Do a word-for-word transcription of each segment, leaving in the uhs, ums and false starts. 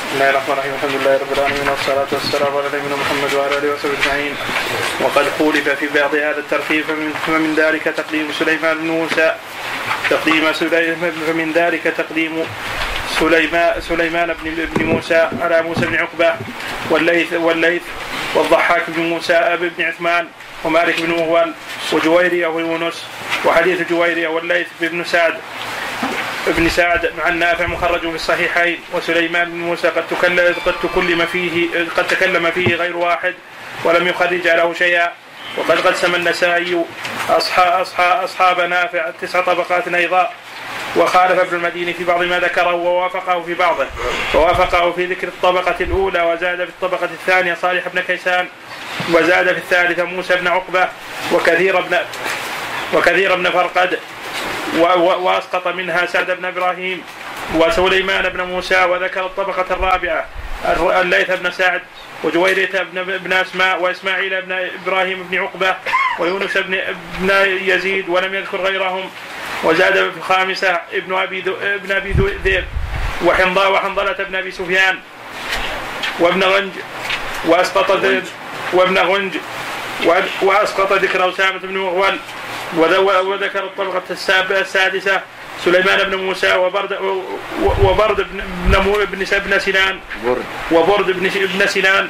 بسم الله الرحمن الرحيم. الحمد لله رب العالمين والصلاة والسلام على نبينا محمد وعلى آله وصحبه أجمعين. وقد خولف في بعض هذا الترتيب فمن, فمن ذلك تقديم سليمان بن موسى تقديم سليمان فمن ذلك تقديم سليمان سليمان بن موسى على موسى بن عقبة والليث والليث والضحاك بن موسى بن عثمان ومالك بن مغول وجويرية ويونس. وحديث جويرية والليث بن سعد ابن سعد مع النافع مخرج في الصحيحين. وسليمان بن موسى قد تكلم قد تكلم فيه قد تكلم فيه غير واحد ولم يخرج له شيئا. وقد قسم النسائي أصحاب أصحاب أصحاب نافع تسع طبقات أيضا. وخالف ابن المديني في بعض ما ذكره ووافقه في بعضه ووافقه في ذكر الطبقة الأولى وزاد في الطبقة الثانية صالح بن كيسان وزاد في الثالثة موسى بن عقبة وكثير بن وكثير بن فرقد وأسقط منها سعد بن إبراهيم وسليمان بن موسى. وذكر الطبقة الرابعة الليث بن سعد وجويرية بن أسماء وإسماعيل بن إبراهيم بن عقبة ويونس بن يزيد ولم يذكر غيرهم. وزاد في الخامسة ابن أبي ابن أبي ذئب وحنظلة بن أبي سفيان وابن غنج وأسقط وابن غنج وأسقط ذكر أسامة بن مغول. وذكر الطبقة السادسة سليمان بن موسى وبرد وبرد بن بن بن سنان وبرد بن بن سنان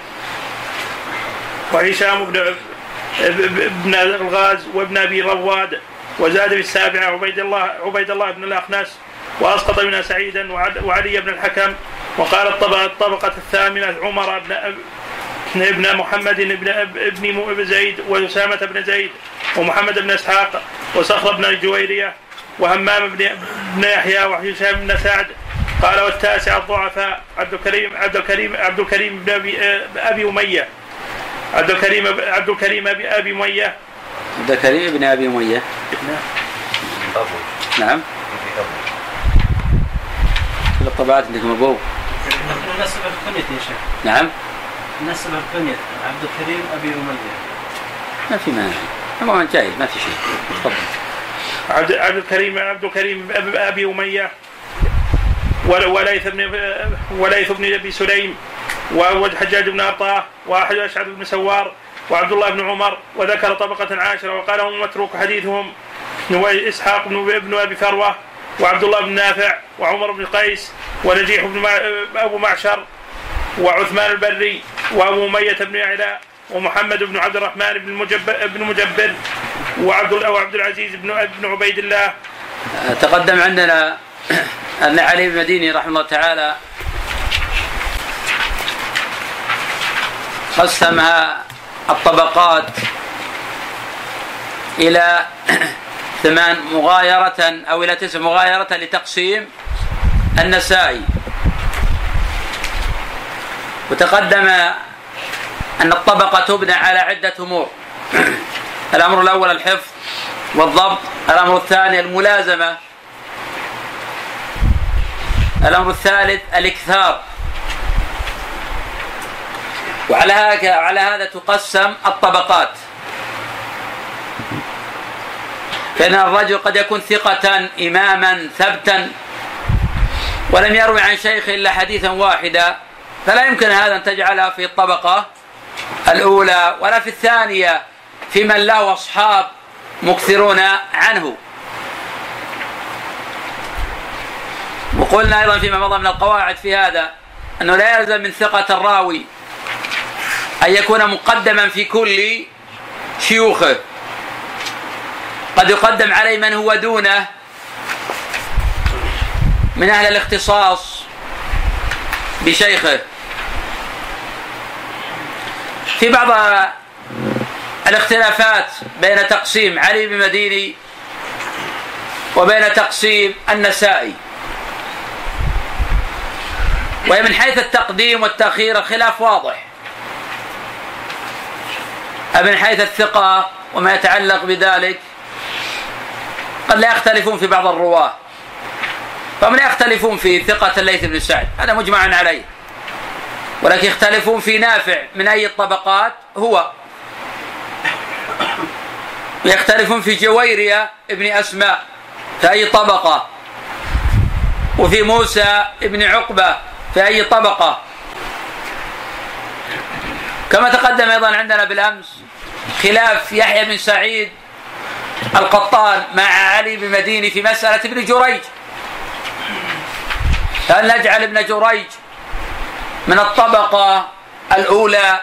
وهشام بن ابن الغاز وابن أبي رواد. وزاد في السابعة عبيد الله عبيد الله بن الأخنس وأسقط منها سعيدا وعلي بن الحكم. وقال الطبقة الطبقة الثامنة عمر بن ابن محمد بن ابن زيد وأسامة بن زيد ومحمد بن إسحاق وصخر بن الجويرية وهمام بن بن يحيى وهشام بن سعد. قال والتاسع الضعفاء عبد الكريم عبد الكريم عبد الكريم بن أبي, أبي أمية عبد الكريم عبد الكريم أبي أبي أمية عبد الكريم بن أبي أمية نعم كل الطبعات عندكم أبوه نسب الكنية يا شيخ. نعم نسب الكنية عبد الكريم أبي أمية ما في مانع ما جاي ما في شيء. تفضل. عبد عبد الكريم عبد الكريم أبي أمية وليث بن وليث بن أبي سليم والحجاج بن أرطاه وأحد أشعث بن سوار وعبد الله بن عمر. وذكر طبقة عاشرة وقال هم متروك حديثهم إسحاق بن ابن أبي فروة وعبد الله بن نافع وعمر بن قيس ونجيح بن أبو معشر وعثمان البري وأبو أمية بن علاء ومحمد بن عبد الرحمن بن مجبر بن مجبر وعبد وعبد العزيز بن ابن عبيد الله. تقدم عندنا أن علي بن المديني رحمه الله تعالى قسمها الطبقات إلى ثمان مغايرة أو إلى تسع مغايرة لتقسيم النسائي. وتقدم أن الطبقة تبنى على عدة أمور. الأمر الأول الحفظ والضبط. الأمر الثاني الملازمة. الأمر الثالث الإكثار. وعلى هذا على هذا تقسم الطبقات. فإن الرجل قد يكون ثقة إماما ثبتا ولم يروي عن شيخ إلا حديثا واحدا فلا يمكن هذا أن تجعلها في الطبقة الأولى ولا في الثانية في من له أصحاب مكثرون عنه. وقلنا أيضا فيما مضى من القواعد في هذا أنه لا يلزم من ثقة الراوي أن يكون مقدما في كل شيوخه. قد يقدم عليه من هو دونه من أهل الاختصاص بشيخه. في بعض الاختلافات بين تقسيم علي بن المديني وبين تقسيم النسائي. ومن حيث التقديم والتأخير الخلاف واضح. من حيث الثقة وما يتعلق بذلك قد لا يختلفون في بعض الرواة. فمن يختلفون في ثقة الليث بن سعد هذا مجمع عليه. ولكن يختلفون في نافع من أي الطبقات هو. يختلفون في جويرية ابن أسماء في أي طبقة. وفي موسى ابن عقبة في أي طبقة. كما تقدم أيضا عندنا بالأمس خلاف يحيى بن سعيد القطان مع علي بن مديني في مسألة ابن جريج، هل نجعل ابن جريج من الطبقة الأولى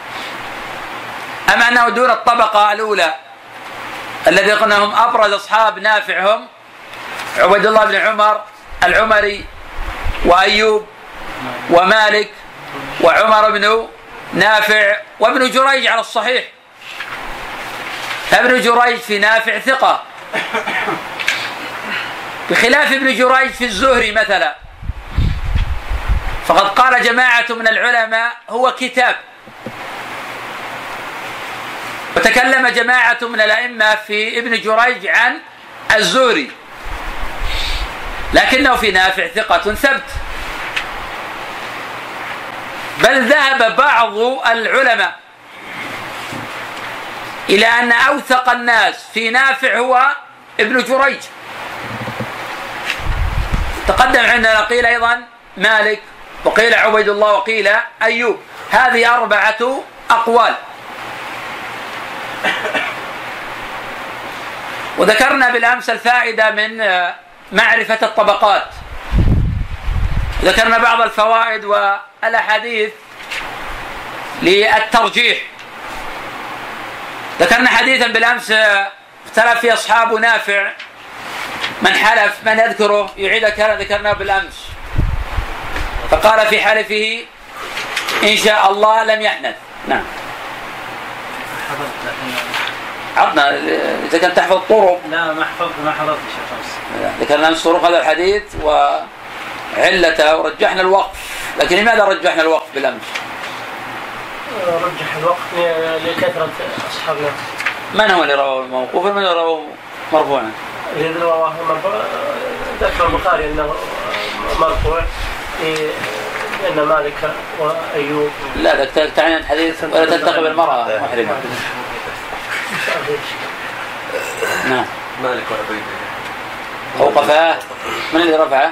أم أنه دون الطبقة الأولى؟ الذي قلنا هم أبرز أصحاب نافع هم عبيد الله بن عمر العمري وأيوب ومالك وعمر بن نافع وابن جريج على الصحيح. ابن جريج في نافع ثقة، بخلاف ابن جريج في الزهري مثلا، فقد قال جماعة من العلماء هو كتاب، وتكلم جماعة من الأئمة في ابن جريج عن الزهري، لكنه في نافع ثقة ثبت. بل ذهب بعض العلماء إلى أن أوثق الناس في نافع هو ابن جريج. تقدم عندنا قيل أيضا مالك، وقيل عبيد الله، وقيل أيوب. هذه أربعة أقوال. وذكرنا بالأمس الفائدة من معرفة الطبقات، ذكرنا بعض الفوائد والأحاديث للترجيح. ذكرنا حديثا بالأمس اختلف فيه أصحاب نافع، من حلف من يذكره يعيد كلام ذكرناه بالأمس، فقال في حلفه إن شاء الله لم يحنث. نعم عطنا إذا كنت تحفظ الطرق. لا ما حفظت ما حضرت شيء. ذكرنا أمس طرق هذا الحديث وعلته ورجحنا الوقف، لكن لماذا رجحنا الوقف بالأمس؟ رجح الوقف لكثرة أصحابنا. من هو اللي رواه موقوفا ومن رواه مرفوعا؟ الذي رواه مرفوعا ذكر البخاري أنه مرفوع لأن مالك وأيوب. لا ذاك تعني الحديث ولا تلتقي بالمرأة محرمة. نعم مالك وعبيد أوقفاه. من اللي رفعه؟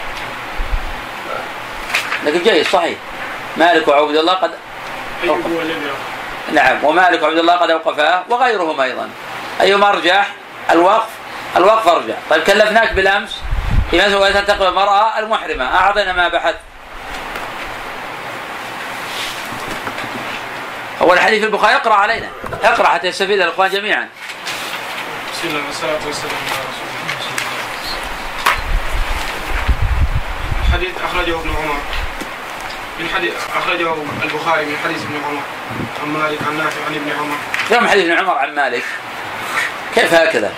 لكن جيد صحيح. مالك وعبد الله قد أوقف. نعم ومالك وعبد الله قد أوقفاه وغيرهم أيضا. أيما أرجح؟ الوقف. الوقف أرجح. طيب كلفناك بالأمس إذا ولا تلتقي بالمرأة المحرمة، أعطينا ما بحث. هو الحديث في البخاري اقرأ علينا، اقرأ حتى يستفيد الإخوان جميعا. بسم الله والصلاة والسلام على رسول الله. الحديث أخرجه ابن عمر من حديث أخرجه البخاري من حديث ابن عمر عن مالك عن نافع عن ابن عمر. كم حديث ابن عمر عن مالك؟ كيف هكذا؟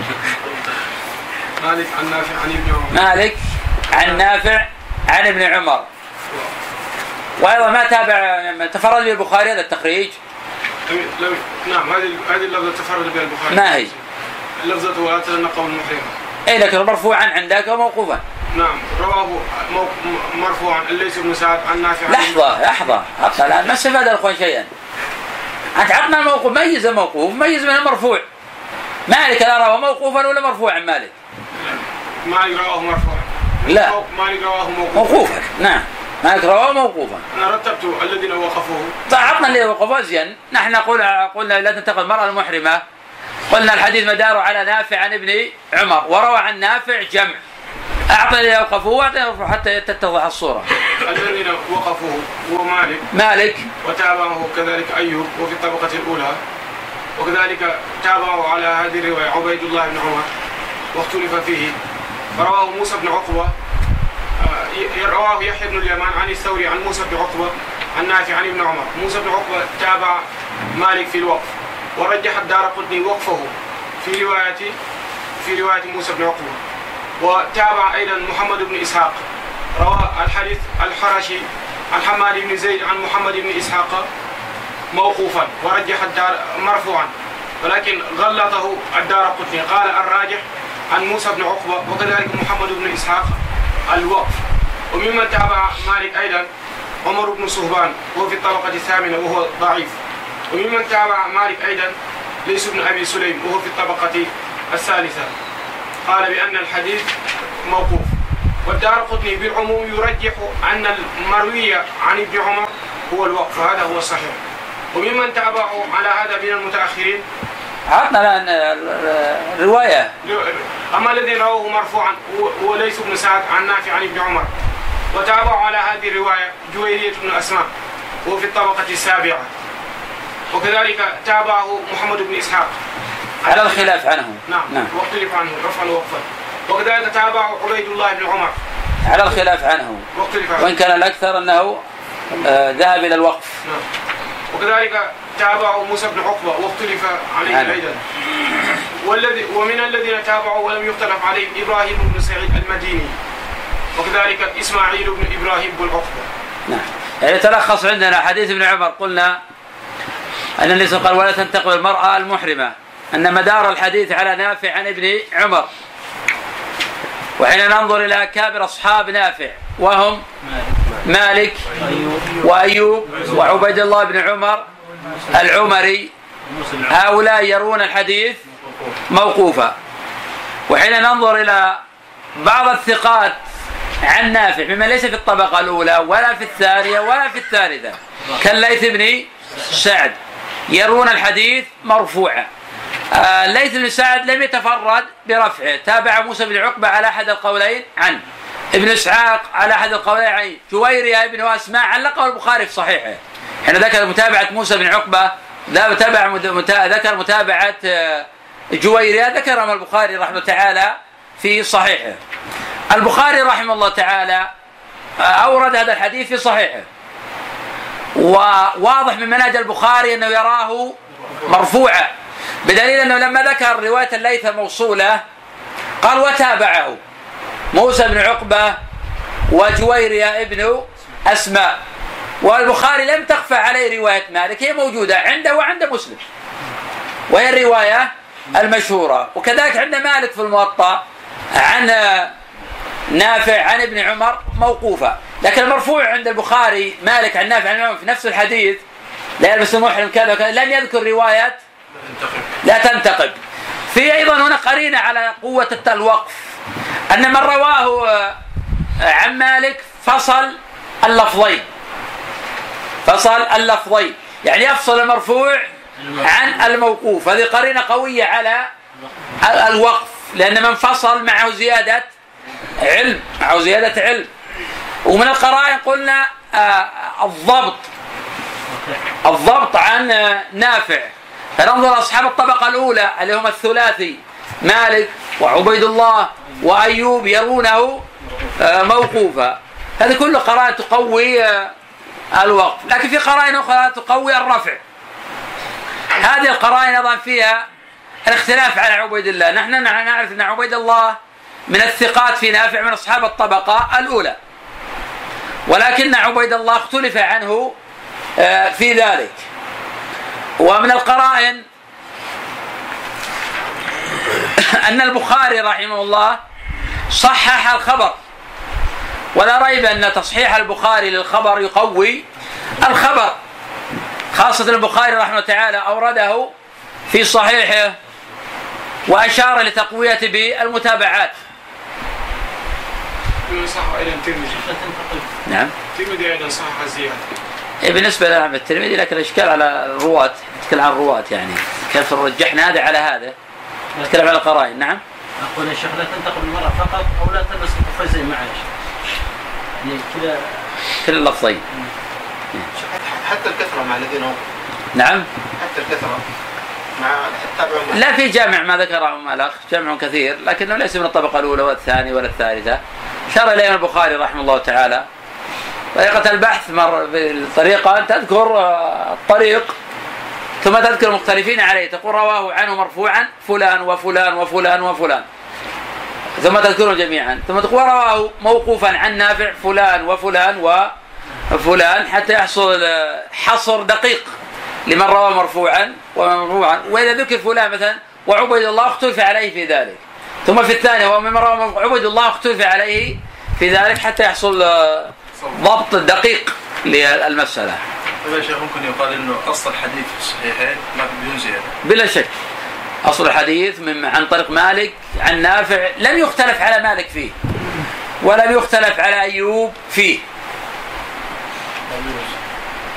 مالك عن نافع عن ابن عمر. مالك عن نافع عن ابن عمر. وأيضا ما تابع تفرد به البخاري هذا التخريج؟ لم نعم هذه هذه اللفظة تفرد بها البخاري. ما هي؟ اللفظة وآتى النقم المحرمة. أي لكن مرفوعا عندك وموقوفا. نعم رواه مرفوعا الليث بن سعد عن نافع. لحظة لحظة حتى الآن ما استفاد الأخوان شيئا. أنت عطنا الموقوف، ميز الموقوف ميز من المرفوع. مالك لا رواه موقوفا ولا مرفوعا مالك؟ مالك رواه مرفوعا. لا مالك رواه موقوفا. موقوفا نعم مالك رواه موقوفا. أنا رتبت الذين وقفوه. عطنا اللي وقفوه زين. نحن قلنا قلنا لا تنتقل المرأة المحرمة، قلنا الحديث مداره على نافع عن ابن عمر وروى عن نافع جمع. أعطنا اللي وقفوه واعطنا حتى تتضح الصورة. الذين وقفوه هو مالك مالك وتابعه كذلك أيوب وفي الطبقة الأولى، وكذلك تابعه على هذه الرواية عبيد الله بن عمر واختلف فيه، فرواه موسى بن عقبة رواه يحيى بن اليمان عن الثوري عن موسى بن عقبة عن نافع عن ابن عمر. موسى بن عقبة تابع مالك في الوقف، ورجح الدارقطني وقفه في رواية في رواية موسى بن عقبة، وتابع أيضا محمد بن إسحاق روى الحديث الحرشي عن حماد بن زيد عن محمد بن إسحاق موقوفا، ورجح الدار مرفوعا، ولكن غلطه الدارقطني قال الراجح عن موسى بن عقبة وكذلك محمد بن إسحاق الوقف. وممن تابع مالك أيضا عمر بن صهبان وهو في الطبقة الثامنة وهو ضعيف. وممن تابع مالك أيضا ليس بن أبي سليم وهو في الطبقة الثالثة، قال بأن الحديث موقوف. والدارقطني بالعموم يرجح أن المروي عن ابن عمر هو الوقف، هذا هو الصحيح. وممن تابعوا على هذا من المتأخرين عطنا الآن الرواية. أما الذين رووه مرفوعا وليس بن سعد عن نافع عن ابن عمر وتابعوا على هذه الرواية جويرية بن أسماء وهو في الطبقة السابعة، وكذلك تابعه محمد بن إسحاق على الخلاف عنه. نعم, نعم. واختلف عنه رفعا ووقفا، وكذلك تابعه عبيد الله بن عمر على الخلاف عنه، وإن كان الأكثر أنه آه ذهب إلى الوقف. نعم. وكذلك تابعه موسى بن عقبة واختلف عليه أيضا. والذي ومن الذين تابعوا ولم يختلف عليهم إبراهيم بن سعيد المديني، وكذلك إسماعيل بن إبراهيم بن عقبة. نعم. يعني تلخص عندنا حديث ابن عمر، قلنا أن النبي قال ولا تنتقل المرأة المحرمة، أن مدار الحديث على نافع عن ابن عمر. وحين ننظر إلى أكابر أصحاب نافع وهم مالك وأيوب وعبيد الله بن عمر العمري، هؤلاء يرون الحديث موقوفا. وحين ننظر إلى بعض الثقات عن نافع مما ليس في الطبقة الأولى ولا في الثانية ولا في الثالثة كالليث بن سعد، يرون الحديث مرفوعا. آه الليث بن سعد لم يتفرد برفعه، تابع موسى بن عقبة على أحد القولين عنه، ابن إسحاق على أحد القولين عنه، جويرية ابن أسماء علقه البخاري في صحيحه. حين ذكر متابعة موسى بن عقبة تابع متا... ذكر متابعة جويرية ذكرهم البخاري رحمه الله تعالى في صحيحه. البخاري رحمه الله تعالى أورد هذا الحديث في صحيحه، وواضح من منهج البخاري أنه يراه مرفوعا، بدليل أنه لما ذكر رواية الليث موصولة قال وتابعه موسى بن عقبة وجويرية ابن أسماء. والبخاري لم تخفى عليه رواية مالك، هي موجودة عنده وعند مسلم، وهي الرواية المشهورة. وكذلك عند مالك في الموطأ عن نافع عن ابن عمر موقوفة، لكن المرفوع عند البخاري مالك عن نافع عن ابن عمر في نفس الحديث لا يلبس المحرم كذا وكذا، لم يذكر رواية لا تنتقب. في أيضا هنا قرينة على قوة الوقف، أن من رواه عن مالك فصل اللفظين، فصل اللفظين يعني يفصل المرفوع عن الموقوف. هذه قرينة قوية على الوقف، لأن من فصل معه زيادة علم، معه زيادة علم. ومن القرائن قلنا الضبط، الضبط عن نافع. فننظر أصحاب الطبقة الأولى اللي هم الثلاثي مالك وعبيد الله وأيوب يرونه موقوفا. هذه كل قرائن تقوي الوقف، لكن في قرائن أخرى تقوي الرفع. هذه القرائن أيضا فيها الاختلاف على عبيد الله. نحن نعرف أن عبيد الله من الثقات في نافع من أصحاب الطبقة الأولى، ولكن عبيد الله اختلف عنه في ذلك. ومن القرائن أن البخاري رحمه الله صحح الخبر، ولا ريب أن تصحيح البخاري للخبر يقوي الخبر، خاصة البخاري رحمه الله تعالى أورده في صحيحه وأشار لتقوية بالمتابعات. نعم. الترمذي أيضا صحح الزيادة. بالنسبة لعلم الترمذي، لكن الإشكال على الرواة، نتكلم عن الرواة يعني كيف رجحنا هذا على هذا، نتكلم على القرائن. نعم. أقول يا شيخ لا تنتقل المرأة فقط أو لا تلبس القفازين معها يعني كذا كل اللفظين. حتى الكثرة مع الذين هم. نعم. حتى الكثرة مع التابعون. لا في جامع ما ذكره الأخ، جامع كثير لكنه ليس من الطبقة الأولى والثانية ولا الثالثة. شار إليه البخاري رحمه الله تعالى. طريقة البحث مر بالطريقة أن تذكر الطريق ثم تذكر المختلفين عليه، تقول رواه عنه مرفوعا فلان وفلان وفلان وفلان، ثم تذكرهم جميعا، ثم تقول رواه موقوفا عن نافع فلان وفلان وفلان، حتى يحصل حصر دقيق لمن روى مرفوعا ومرفوعا. وإذا ذكر فلان مثلا وعبيد الله اختلف عليه في ذلك، ثم في الثانية ومن روى عبيد الله اختلف عليه في ذلك، حتى يحصل ضبط دقيق للمسألة. طيب يا شيخ ممكن يقال انه اصل الحديث في الصحيحين ما بدون زيادة؟ بلا شك اصل الحديث من عن طريق مالك عن نافع لم يختلف على مالك فيه ولم يختلف على ايوب فيه.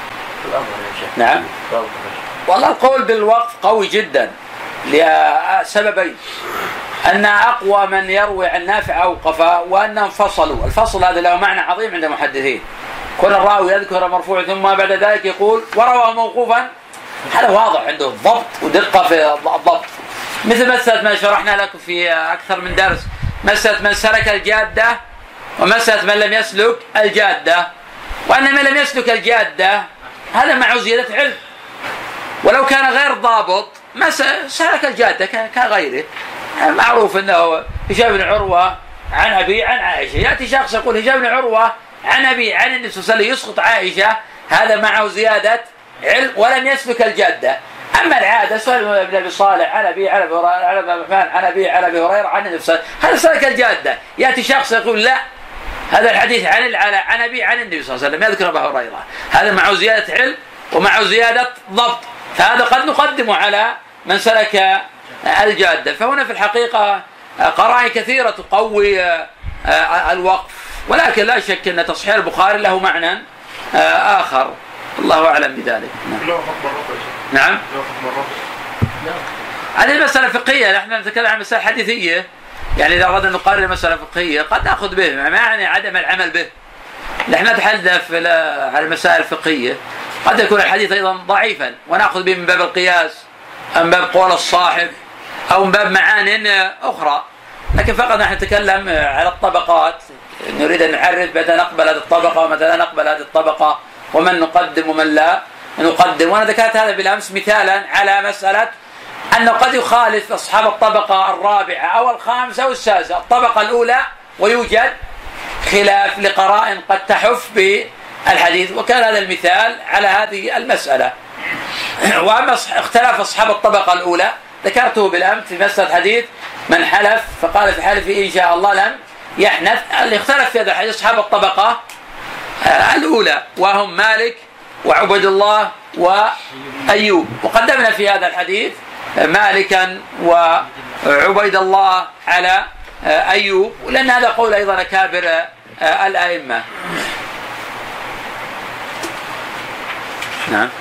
نعم. والله القول بالوقف قوي جدا لسببين: أن أقوى من يروي عن نافع أوقف، وأنهم فصلوا. الفصل هذا له معنى عظيم عند المحدثين. كل الراوي يذكر مرفوع ثم بعد ذلك يقول ورواه موقوفا، هذا واضح عنده ضبط ودقة في الضبط. مثل مسألة ما شرحنا لكم في أكثر من درس، مسألة من سلك الجادة ومسألة من لم يسلك الجادة، وأن من لم يسلك الجادة هذا معه زيادة علم، ولو كان غير ضابط ما سلك الجادة كغيره. معروف أنه هشام بن عروة عن أبي عن عائشة، يأتي شخص يقول هشام بن عروة عن أبي عن النبي صلى الله عليه وسلم يسقط عائشة، هذا معه زيادة علم ولم يسلك الجادة. أما العادة سؤال بن أبي صالح عن أبي عن أبي عن أبي الرحمن عن أبي عن أبي هريرة عن النبي صلى الله عليه وسلم، هذا سلك الجادة. يأتي شخص يقول لا، هذا الحديث عن العلا عن أبي عن النبي صلى الله عليه وسلم يذكر أبا هريرة، هذا معه زيادة علم ومعه زيادة ضبط، فهذا قد نقدمه على من سلك الجادة. فهنا في الحقيقة قرائن كثيرة تقوي الوقف، ولكن لا شك أن تصحيح البخاري له معنى آخر، الله أعلم بذلك. نعم. هذه مسألة فقهية، نحن نتكلم عن مسألة حديثية، يعني إذا أردنا نقرر مسألة فقهية قد نأخذ به، ما يعني عدم العمل به. نحن نتحدث على المسائل الفقهية، قد يكون الحديث أيضا ضعيفا ونأخذ به من باب القياس أو من باب قول الصاحب أو من باب معان أخرى، لكن فقط نحن نتكلم على الطبقات، نريد أن نعرف متى نقبل هذه الطبقة ومتى لا نقبل هذه الطبقة، ومن نقدم ومن لا نقدم. وأنا ذكرت هذا بالأمس مثالا على مسألة أنه قد يخالف أصحاب الطبقة الرابعة أو الخامسة أو السادسة الطبقة الأولى ويوجد خلاف لقرائن قد تحف بالحديث، وكان هذا المثال على هذه المسألة. وأما اختلاف أصحاب الطبقة الأولى ذكرته بالأمس في مسألة حديث من حلف فقال في حلفه إن شاء الله لم يحنث، اللي اختلف في هذا الحديث أصحاب الطبقة الأولى وهم مالك وعبد الله وأيوب، وقدمنا في هذا الحديث مالكا وعبيد الله على أيوب، لأن هذا قول أيضا كابر الأئمة. نعم.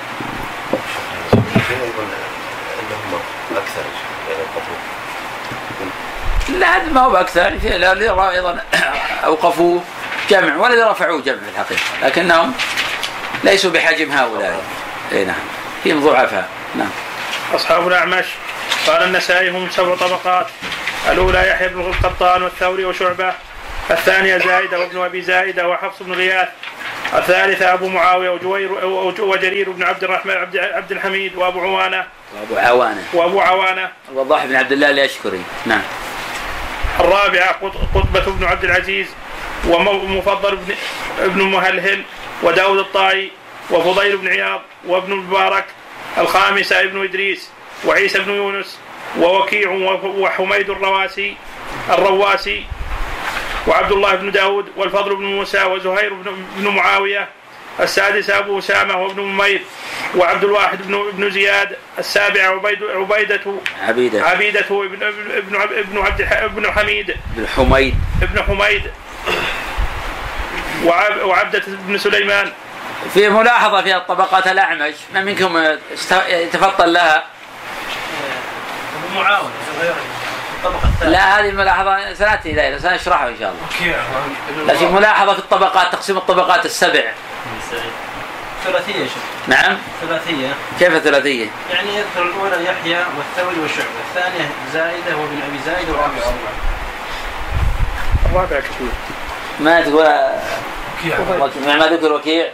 لا هذا ما هو أكثر، الذي أيضا أوقفوا جمع والذي رفعوا جمع في الحقيقة، لكنهم ليسوا بحجم هؤلاء. إيه نعم، فيهم ضعفاء. نعم. أصحاب الأعمش قال النسائي هم سبع طبقات: الأولى يحيى بن القطان والثوري وشعبة، الثانية زائدة وابن أبي زائدة وحفص بن غياث، الثالثة أبو معاوية وجوير وجرير بن عبد الرحمن عبد الحميد وأبو عوانة وأبو عوانة وأبو عوانة وضاح بن عبد الله الأشكري. نعم. الرابعة قطبة بن عبد العزيز ومفضل بن مهلهل وداود الطائي وفضيل بن عياض وابن المبارك. الخامسة ابن إدريس وعيسى بن يونس ووكيع وحميد الرواسي الرواسي وعبد الله بن داود والفضل بن موسى وزهير بن معاوية. السادسة أبو أسامة وابن ممير وعبد الواحد بن ابن زياد. السابعة عبيد عبيدة عبيدة عبيدة ابن ابن ابن عبد ابن حميد بن حميد ابن حميد وعبدة بن سليمان. في ملاحظة في الطبقات الأعمش، ما منكم يتفضل لها؟ أبو معاوية لا هذه الملاحظة سنأتي إليها سنشرحها إن شاء الله. لكن ملاحظة في الطبقات، تقسيم الطبقات السبع ثلاثية يا شيخ. نعم ثلاثية. كيف ثلاثية؟ يعني يذكر الأولى يحيى والثوري والشعبة، الثانية زائدة وابن أبي زائدة وأبي الرابع كثير ما تقول ما ذكر وكيع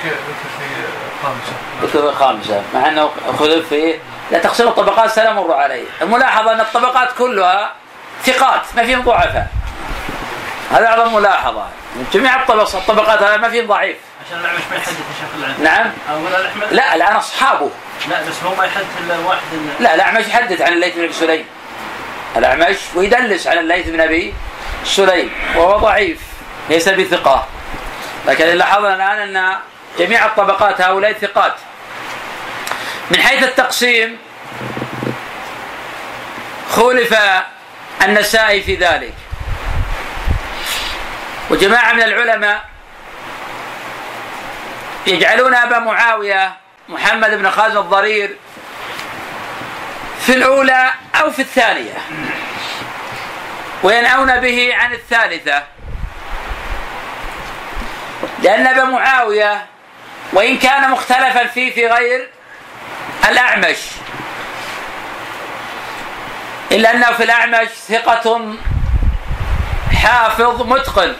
ذكر خامسة مع أنه خذف فيه. لا تقسيم الطبقات سنمر عليه. الملاحظة أن الطبقات كلها ثقات ما فيهم ضعفاء، هذا أعظم ملاحظة. جميع الطبقات هذا ما فيهم ضعيف. عشان الأعمش ما يحدث يا شيخ العلم. نعم. لا الآن أصحابه. لا بس هو ما يحدث إلا واحد. لا الأعمش يحدث عن الليث بن أبي سليم، الأعمش ويدلس عن الليث بن أبي سليم وهو ضعيف ليس بثقة. لكن لاحظنا الآن أن جميع الطبقات هؤلاء ثقات. من حيث التقسيم خولف النسائي في ذلك، وجماعة من العلماء يجعلون أبا معاوية محمد بن خازن الضرير في الأولى أو في الثانية، وينأون به عن الثالثة، لأن أبا معاوية وإن كان مختلفا فيه في غير الأعمش إلا أنه في الأعمش ثقة حافظ متقن،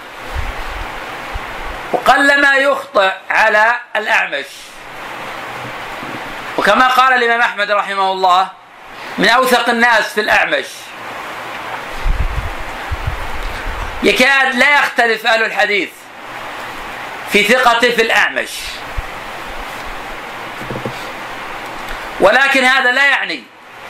وقلما يخطئ على الأعمش. وكما قال الإمام أحمد رحمه الله من أوثق الناس في الأعمش، يكاد لا يختلف أهل الحديث في ثقته في الأعمش، ولكن هذا لا يعني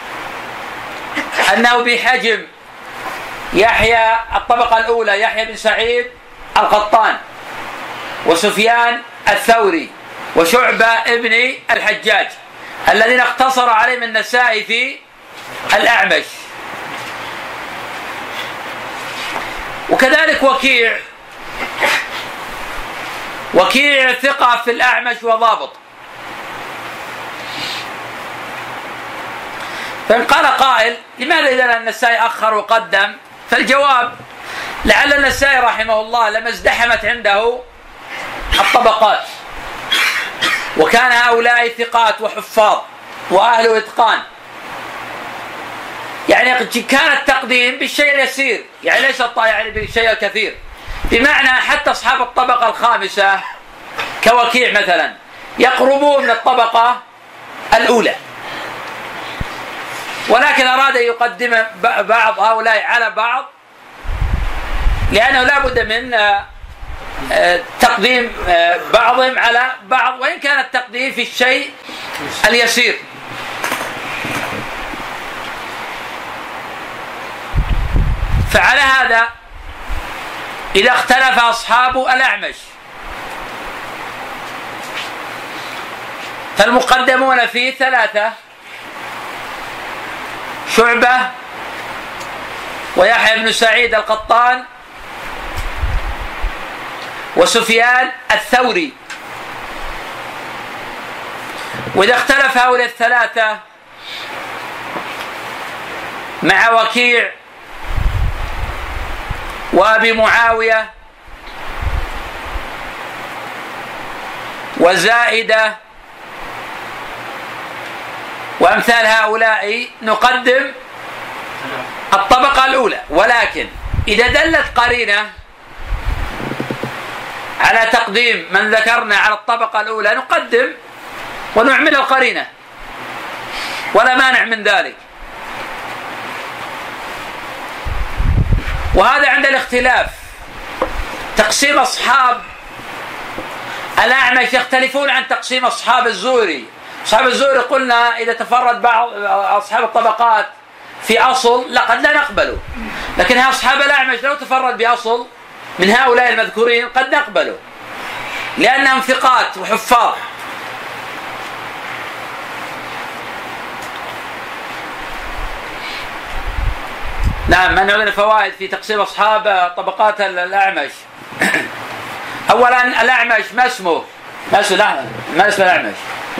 أنه بحجم يحيى الطبقة الأولى يحيى بن سعيد القطان وسفيان الثوري وشعبة ابن الحجاج الذين اقتصر عليهم النسائي في الأعمش. وكذلك وكيع وكيع ثقة في الأعمش وضابط. فإن قال قائل لماذا إذا النسائي أخر وقدم؟ فالجواب لعل النسائي رحمه الله لما ازدحمت عنده الطبقات وكان هؤلاء ثقات وحفاظ وأهل إتقان، يعني كان التقديم بالشيء اليسير، يعني ليس يعني بالشيء الكثير، بمعنى حتى أصحاب الطبقة الخامسة كوكيع مثلا يقربون من الطبقة الأولى، ولكن أراد أن يقدم بعض هؤلاء على بعض لأنه لا بد من تقديم بعضهم على بعض وإن كان التقديم في الشيء اليسير. فعلى هذا إذا اختلف أصحاب الأعمش فالمقدمون فيه ثلاثة: شعبة ويحيى بن سعيد القطان وسفيان الثوري. وإذا اختلف هؤلاء الثلاثة مع وكيع وأبي معاوية وزائدة وأمثال هؤلاء نقدم الطبقة الأولى، ولكن إذا دلت قرينة على تقديم من ذكرنا على الطبقة الأولى نقدم ونعمل القرينة ولا مانع من ذلك. وهذا عند الاختلاف. تقسيم أصحاب الأعمش يختلفون عن تقسيم أصحاب الزهري. أصحاب الزهري قلنا إذا تفرد بعض أصحاب الطبقات في أصل لقد لا نقبله، لكن أصحاب الأعمش لو تفرد بأصل من هؤلاء المذكورين قد نقبله لأنهم ثقات وحفاظ. نعم. من عندنا فوائد في تقسيم أصحاب طبقات الأعمش. أولا الأعمش ما اسمه ما اسمه ما اسمه الأعمش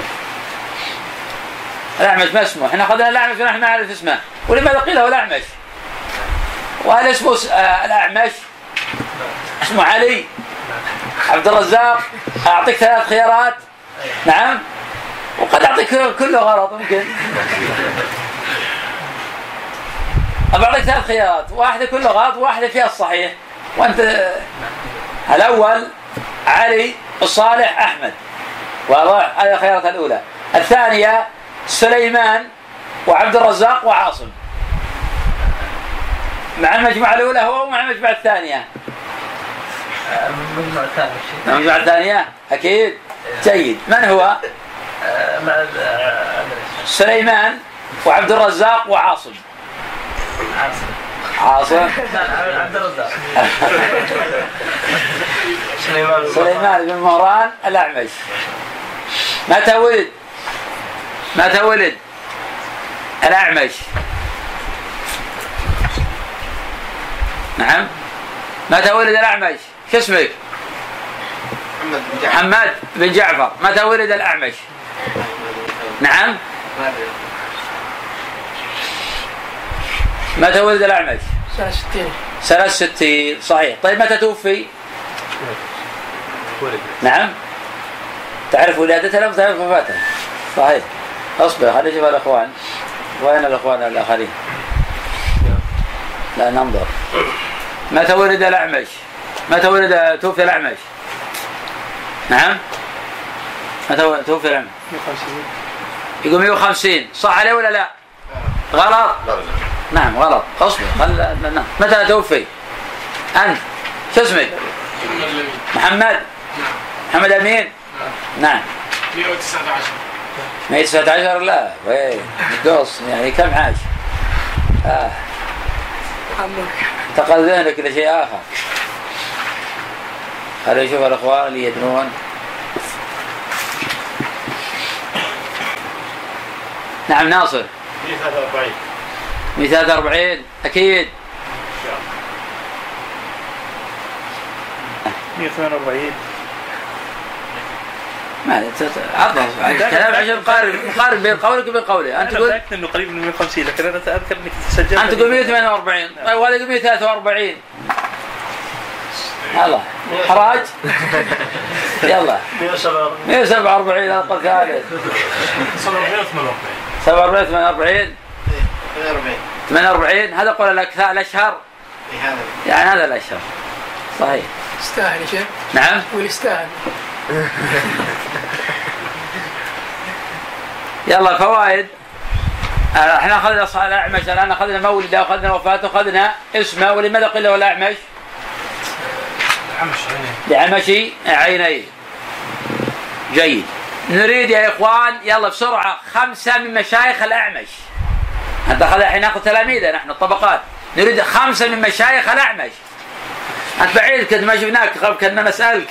الأعمش ما اسمه. احنا أخذنا الأعمش ونحن ما نعرف اسمه، ولماذا قيل له الأعمش؟ وهل اسمه الأعمش اسمه علي عبد الرزاق؟ أعطيك ثلاث خيارات. نعم. وقد أعطيك كله غلط ممكن. أعطيك ثلاث خيارات، واحدة كله غلط وواحدة فيها الصحيح، وأنت الأول علي وصالح أحمد، واضح؟ هذه الخيارات الأولى. الثانية سليمان وعبد الرزاق وعاصم. مع المجموعة الأولى هو ومع المجموعة الثانية. المجموعة الثانية. المجموعة الثانية أكيد. جيد. من هو؟ مع سليمان وعبد الرزاق وعاصم. عاصم. عاصم. عبد الرزاق. سليمان بن مهران الأعمش. متى ولد؟ متى ولد الأعمش؟ نعم. متى ولد الأعمش؟ شو اسمك؟ محمد بن جعفر. متى ولد الأعمش؟ نعم. متى ولد الأعمش؟ سنة ستين. سنة ستين صحيح. طيب متى توفي؟ نعم. تعرف ولادته لم تعرف وفاته؟ صحيح. اصبر خلينا نشوف الأخوان. وين الأخوان الآخرين؟ لا ننظر. متى ولد الأعمش؟ متى ولد توفي الأعمش؟ نعم. متى توفي الأعمش؟ يقول مئة وخمسين. صح عليه ولا لا؟ غلط. نعم غلط. اصبر خل... متى توفي؟ أنت شو اسمك؟ محمد. محمد أمين. نعم. مئة وتسعة عشر. مئة وتسعة عشر لا وين قص يعني كم عاش؟ آه. انتقل ذهنك إلى شيء آخر. خلينا نشوف الأخوان اللي يدنون. نعم ناصر. مئة وثلاثة وأربعين. مئة وثلاثة وأربعين أكيد. مئة وثمانية وأربعين. ما عرضه كلام عشان مقارب مقارب بين قولك وبين قوله. أنت تقول أنه قريب من مئة وخمسين لكن أنا أذكر إنك تسجلت. أنت تقول مئة وثمانية وأربعين طيب وهذا يقول مئة وثلاثة وأربعين. يلا حراج. يلا مئة وسبعة وأربعين هذا قل ثالث. سبعة وأربعين ثمانية وأربعين ثمانية وأربعين هذا قول الأكثر الأشهر يعني هذا الأشهر صحيح. استاهل يا شيخ. نعم. ويستاهل. يلا فوائد. احنا اخذنا الأعمش الآن اخذنا مولده واخذنا وفاته واخذنا اسمه. ولماذا قيل له الأعمش؟ لعمشي عينيه. جيد. نريد يا إخوان يلا بسرعة خمسة من مشايخ الأعمش. أنت أخذ الحين نأخذ تلاميذه نحن الطبقات. نريد خمسة من مشايخ الأعمش. أنت بعيد كنت ما شفناك قبل كنا نسألك.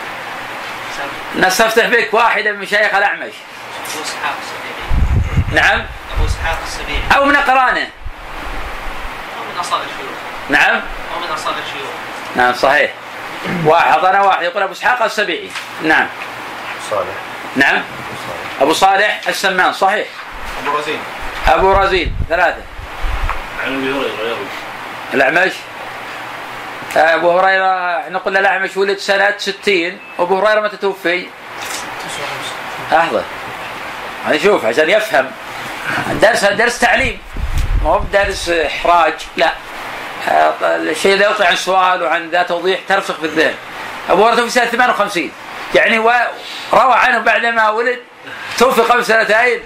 نستفتح بك واحدة من مشايخ الأعمش. أبو إسحاق السبيعي. نعم. أبو إسحاق السبيعي. أو من أقرانه. أو من أصابع الشيوخ. نعم. أو من أصابع الشيوخ. نعم صحيح. واحد أنا واحد يقول أبو إسحاق السبيعي. نعم. صالح. نعم. أبو صالح السمان صحيح. أبو رزين. أبو رزين ثلاثة. عن أبي هريرة. الأعمش. أبو هريرة احنا قلنا الأعمش ولد سنة ستين. وأبو هريرة متى توفي؟ أحضر نشوف عشان يفهم. درس درس تعليم ما هو درس إحراج لا. الشيء اللي يطلع عن سؤال وعن ذا توضيح ترسخ في الذهن. أبو هريرة توفي سنة ثمانية وخمسين يعني روى عنه بعدما ولد توفي قبل سنتين.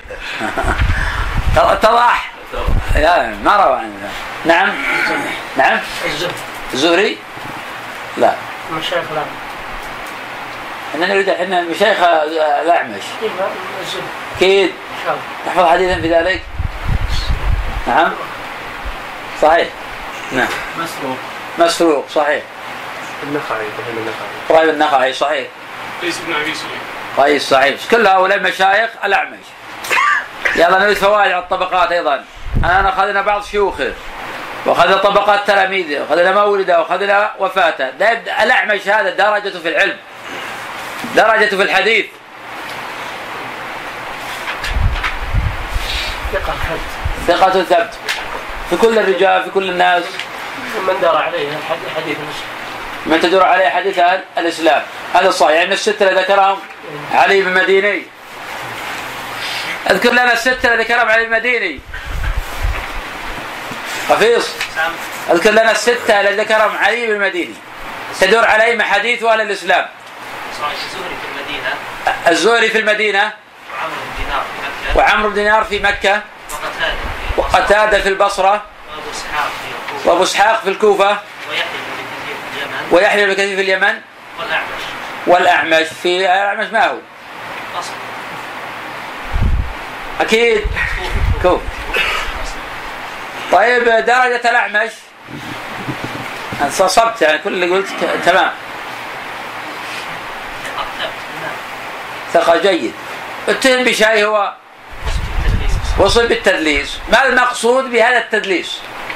اتضح؟ لا ما روى عنه. نعم. نعم. الزهري لا. مشايخ الأعمش. احنا نريد احنا مشايخ الأعمش. اكيد. تحفظ حديثا في ذلك؟ نعم. صحيح. نعم. مسروق. مسروق صحيح. النخعي. النخعي. قريب النخعي صحيح. قيس بن أبي سليم. قيس صحيح. كل هؤلاء مشايخ الأعمش. يلا نريد فوائد على الطبقات أيضا. أنا أخذنا بعض شيوخه وأخذنا طبقات تلاميذه وأخذنا مولده وأخذنا وفاته. الأعمش هذا درجته في العلم درجته في الحديث. ثقة ثقة ثبت في كل الرجال في كل الناس. من دار عليه حديث الإسلام. من تدور عليه حديث الإسلام هذا صحيح. يعني الستة اللي ذكرهم علي بن مديني. اذكر لنا الستة اللي ذكرهم علي بن مديني. حفيظ اذكر لنا الستة اللي ذكرهم علي بن مديني تدور عليهم حديث أهل الإسلام. الزهري في المدينة. الزهري في المدينة. وعمرو بن دينار في مكة. وقتادة في البصرة. وأبو إسحاق في الكوفة. ويحيى بن كثير في اليمن. والأعمش. والأعمش في الأعمش ما هو؟ أكيد كوف. طيب درجة الأعمش أنت صبت يعني كل اللي قلت تمام. ثقة جيد. اتهم بشيء هو وصل بالتدليس. ما المقصود بهذا التدليس؟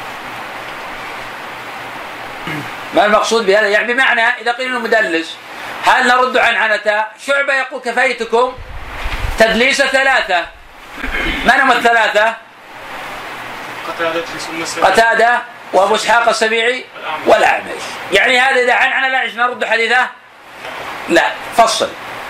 ما المقصود بهذا؟ يعني بمعنى إذا قيل إنه مدلس هل نرد عن عنته؟ شعبة يقول كفيتكم تدليس ثلاثة. من هم الثلاثة؟ قتادة وأبو إسحاق السبيعي والأعمش. يعني هذا إذا عن عن الأعمش نرد حديثه؟ لا، فصل.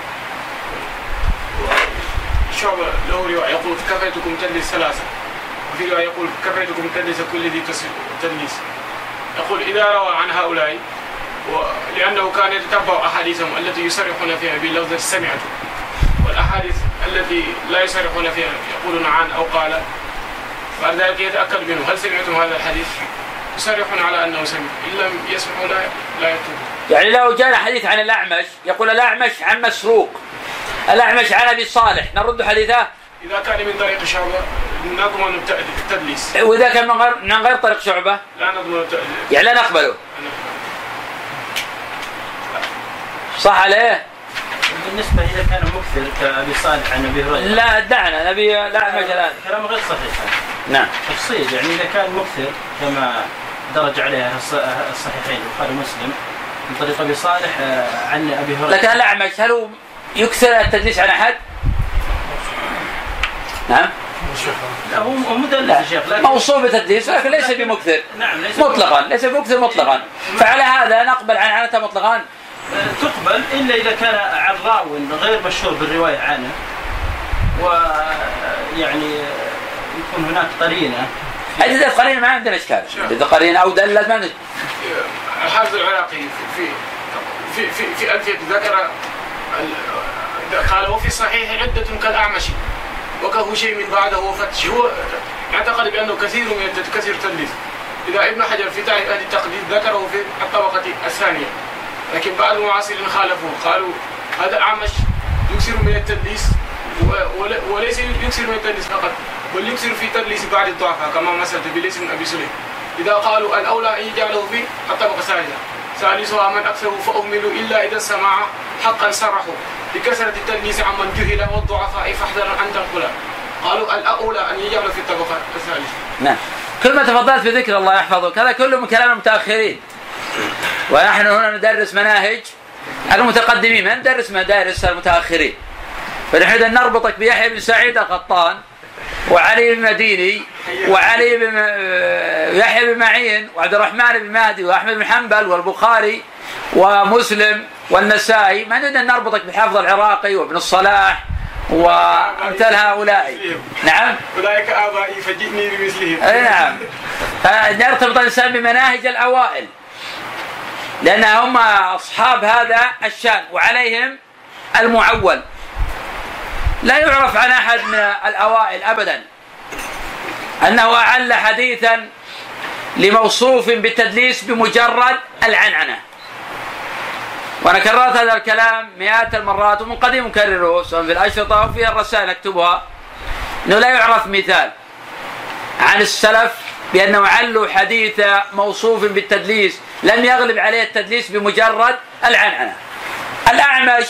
شعبة له رواية يقول كفيتكم تدليس ثلاثة، وفي رواية يقول كفيتكم تدليس كل ذي تدليس. يقول إذا روى عن هؤلاء لأنه كان يتتبع أحاديثهم التي يصرحون فيها بلفظ سمعت، والأحاديث التي لا يصرحون فيها يقولون عن أو قال، بعد ذلك يتأكد منه هل سمعتم هذا الحديث؟ يصرحون على أنه سمع، إن لم يسمعوا لا لا يكتبون. يعني لو جاء حديث عن الأعمش يقول الأعمش عن مسروق، الأعمش عن أبي صالح، نرد حديثه؟ إذا كان من طريق شعبة نضمن التدليس، وإذا كان من غير من غير طريق شعبة لا نضمن التدليس، يعني لا نقبله. صح عليه؟ بالنسبة إذا كان مكثر كأبي صالح عن أبي هريرة لا دعنا نبي لا مثلا كلام غير صحيح. نعم. تفصيل يعني إذا كان مكثر كما درج عليها الصحيحين البخاري ومسلم من طريق أبي صالح عن أبي هريرة. لكن الأعمش هل هو يكثر التدليس عن أحد؟ نعم. لا هو مدلس يا شيخ، لكن موصوف بتدليس لكن ليس بمكثر. نعم ليس مطلقا، ليس بمكثر مطلقا. فعلى هذا نقبل عن عنته مطلقا. تقبل إلا إذا كان عن راو غير مشهور بالرواية عنه، ويعني يكون هناك قرينة. إذا قرينة ما عندنا إشكال. إذا قرينة أو دلت ما عندنا. الحافظ العراقي في في في في ألفية ذكر قال وفي الصحيح عدة كالأعمش وكه شيء من بعده وفتش. هو يعتقد بأنه كثير من كثير تدليس. إذا ابن حجر في تعريف أهل التقليد ذكره في الطبقة الثانية، لكن بعض المعاصرين خالفوه قالوا هذا أعمش يكثر من التدليس وليس يكثر من التدليس فقط، بل يكثر في تدليس بعض الضعفاء كما مثلت بليس بن أبي سليم. إذا قالوا الأولى أن يجعله في الطبقة الثالثة، ثالثها من أكثره فأهملوا إلا إذا السماع حقا صرحوا بكثرة التدليس عمن جهل والضعفاء فاحذر أن تنقلا. قالوا الأولى أن يجعله في الطبقة الثالثة. نعم. كل ما تفضلت في ذكر الله يحفظك هذا كله من كلام المتأخرين، ونحن هنا ندرس مناهج المتقدمين ما ندرس مدارس المتأخرين. فنحن نربطك بيحيى بن سعيد القطان وعلي بن مديني وعلي بن يحيى بن معين وعبد الرحمن بن مهدي وأحمد بن حنبل والبخاري ومسلم والنسائي. ما نريد أن نربطك بحافظ العراقي وابن الصلاح وأمثال هؤلاء. نعم. أولئك آبائي فجئني بمثلهم. أي نعم. فنرتبط الإنسان بمناهج الأوائل لأن هم أصحاب هذا الشأن وعليهم المعول. لا يعرف عن أحد من الأوائل أبدا أنه أعل حديثا لموصوف بالتدليس بمجرد العنعنة. وأنا كررت هذا الكلام مئات المرات ومن قديم أكرره سواء في الأشرطة أو في الرسائل أكتبها، أنه لا يعرف مثال عن السلف بأنه علوا حديث موصوف بالتدليس لم يغلب عليه التدليس بمجرد العنعنة. الأعمش،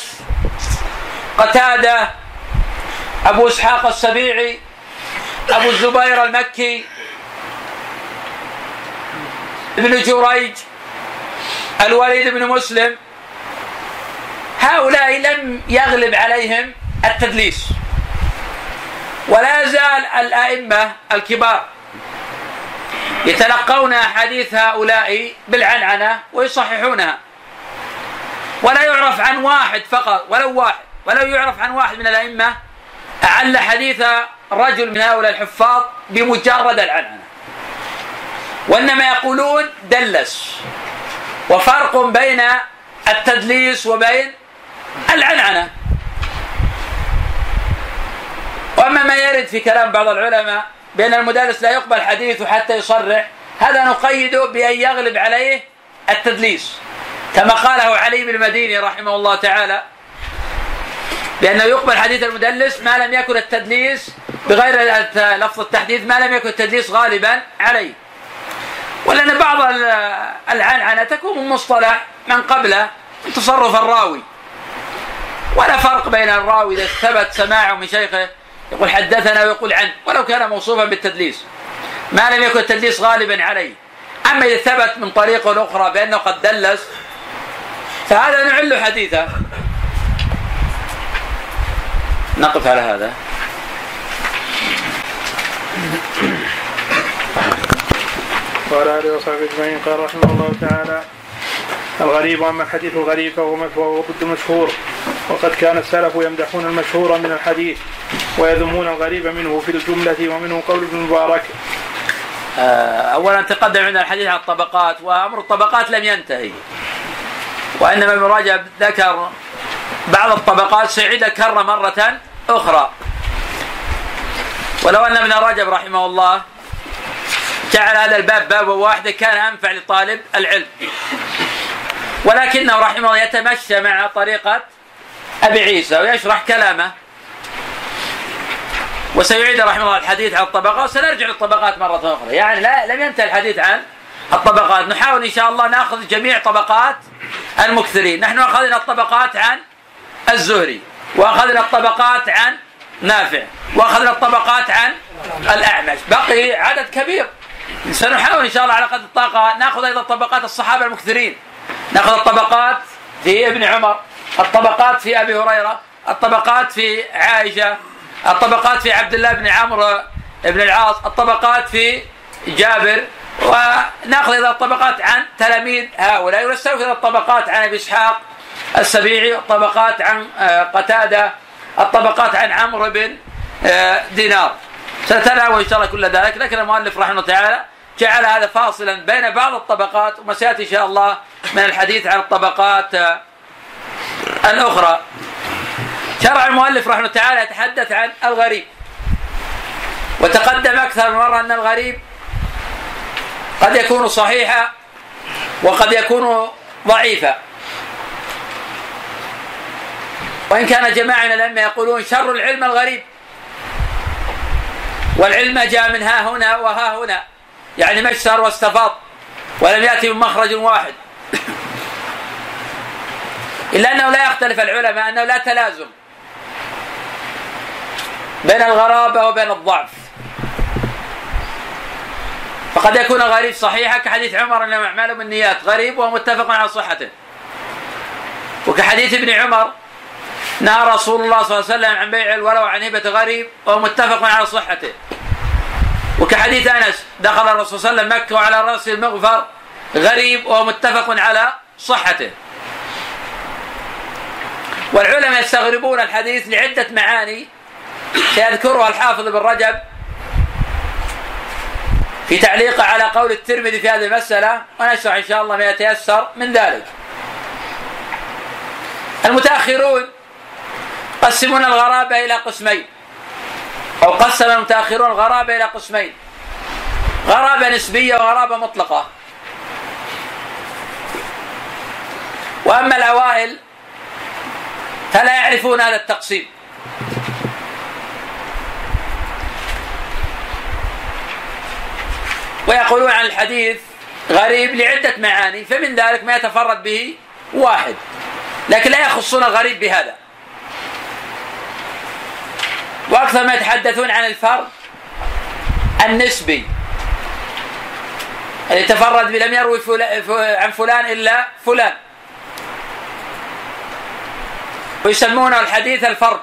قتادة، أبو إسحاق السبيعي، أبو الزبير المكي، ابن جريج، الوليد بن مسلم، هؤلاء لم يغلب عليهم التدليس. ولا زال الأئمة الكبار يتلقون حديث هؤلاء بالعنعنة ويصححونها. ولا يعرف عن واحد فقط ولو واحد ولو يعرف عن واحد من الأئمة أعل حديث رجل من هؤلاء الحفاظ بمجرد العنعنة، وإنما يقولون دلس. وفرق بين التدليس وبين العنعنة. وأما ما يرد في كلام بعض العلماء بأن المدلس لا يقبل حديثه حتى يصرح، هذا نقيده بأن يغلب عليه التدليس كما قاله علي بن المديني رحمه الله تعالى بأنه يقبل حديث المدلس ما لم يكن التدليس بغير لفظ التحديث ما لم يكن التدليس غالبا عليه. ولأن بعض العنعنة تكون من مصطلح من قبله من تصرف الراوي، ولا فرق بين الراوي إذا ثبت سماعه من شيخه يقول حدثنا ويقول عنه ولو كان موصوفا بالتدليس ما لم يكن التدليس غالبا عليه. أما إذا ثبت من طريق أخرى بأنه قد دلس فهذا نعل حديثه. نقف على هذا. وعلى آله وصحبه أجمعين. قال رحمه الله تعالى: الغريب. أما الحديث الغريب فهو ضد المشهور، وقد كان السلف يمدحون المشهور من الحديث ويذمون الغريب منه في الجملة، ومنه قول ابن مبارك. أولا تقدم عندنا الحديث عن الطبقات، وأمر الطبقات لم ينتهي، وإنما ابن رجب ذكر بعض الطبقات سيعيد كرة مرة أخرى. ولو أن ابن رجب رحمه الله جعل هذا الباب باب واحد كان أنفع لطالب العلم، ولكنه رحمه الله يتمشى مع طريقة أبي عيسى ويشرح كلامه، وسيعيد رحمه الله الحديث عن الطبقات، وسنرجع للطبقات مرة أخرى. يعني لا لم ينتهي الحديث عن الطبقات، نحاول إن شاء الله نأخذ جميع طبقات المكثرين. نحن أخذنا الطبقات عن الزهري، وأخذنا الطبقات عن نافع، وأخذنا الطبقات عن الأعمش، بقي عدد كبير. سنحاول إن شاء الله على قدر الطاقة نأخذ أيضا طبقات الصحابة المكثرين، نأخذ الطبقات في ابن عمر، الطبقات في أبي هريرة، الطبقات في عائشة، الطبقات في عبد الله بن عمرو بن العاص، الطبقات في جابر، ونأخذ إذا الطبقات عن تلاميذ هؤلاء، ونستوفي إذا الطبقات عن أبي إسحاق السبيعي، الطبقات عن قتادة، الطبقات عن عمرو بن دينار. سنتناول إن شاء الله كل ذلك، لكن المؤلف رحمه الله تعالى جعل هذا فاصلا بين بعض الطبقات، وما سيأتي إن شاء الله من الحديث عن الطبقات الأخرى. شرع المؤلف رحمه الله تعالى يتحدث عن الغريب، وتقدم أكثر من مرة أن الغريب قد يكون صحيحا وقد يكون ضعيفا، وإن كان جماعة من الأئمة يقولون شر العلم الغريب، والعلم جاء من ها هنا وها هنا، يعني مشتر واستفاض ولم يأتي من مخرج واحد. إلا أنه لا يختلف العلماء أنه لا تلازم بين الغرابة وبين الضعف، فقد يكون غريب صحيحا كحديث عمر إنما أعمال بالنيات، غريب ومتفق على صحته، وكحديث ابن عمر نهى رسول الله صلى الله عليه وسلم عن بيع الولو عن هبة غريب ومتفق على صحته، وكحديث أنس دخل الرسول صلى الله عليه وسلم مكة وعلى رأسه المغفر غريب ومتفق على صحته. والعلماء يستغربون الحديث لعدة معاني سيذكرها الحافظ ابن رجب في تعليقه على قول الترمذي في هذه المسألة، ونشرح إن شاء الله ما يتيسر من ذلك. المتأخرون قسمون الغرابة إلى قسمين، أو قسم المتأخرون الغرابة إلى قسمين: غرابة نسبية وغرابة مطلقة. وأما الأوائل فلا يعرفون هذا التقسيم، ويقولون عن الحديث غريب لعدة معاني، فمن ذلك ما يتفرد به واحد، لكن لا يخصون الغريب بهذا. وأكثر ما يتحدثون عن الفرد النسبي الذي تفرد بلم يروي عن فلان إلا فلان، ويسمونه الحديث الفرد،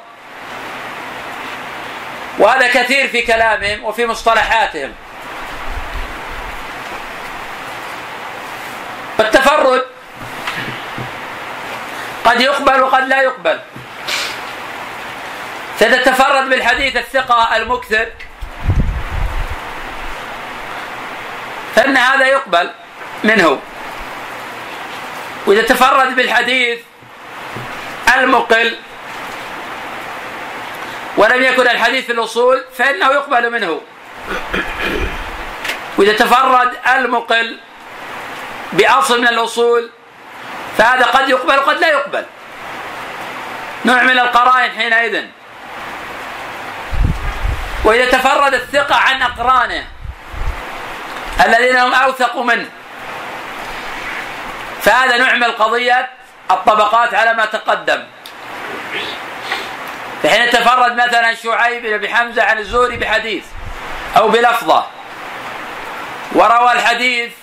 وهذا كثير في كلامهم وفي مصطلحاتهم. والتفرد قد يقبل وقد لا يقبل، فإذا تفرد بالحديث الثقة المكثر فإن هذا يقبل منه، وإذا تفرد بالحديث المقل ولم يكن الحديث في الأصول فإنه يقبل منه، وإذا تفرد المقل بأصل من الأصول فهذا قد يقبل وقد لا يقبل، نوع من القرائن حينئذ. وإذا تفرد الثقة عن أقرانه الذين هم أوثق منه فهذا نعمل قضية الطبقات على ما تقدم. فحين تفرد مثلا شعيب بن حمزة عن الزهري بحديث أو بلفظة، وروى الحديث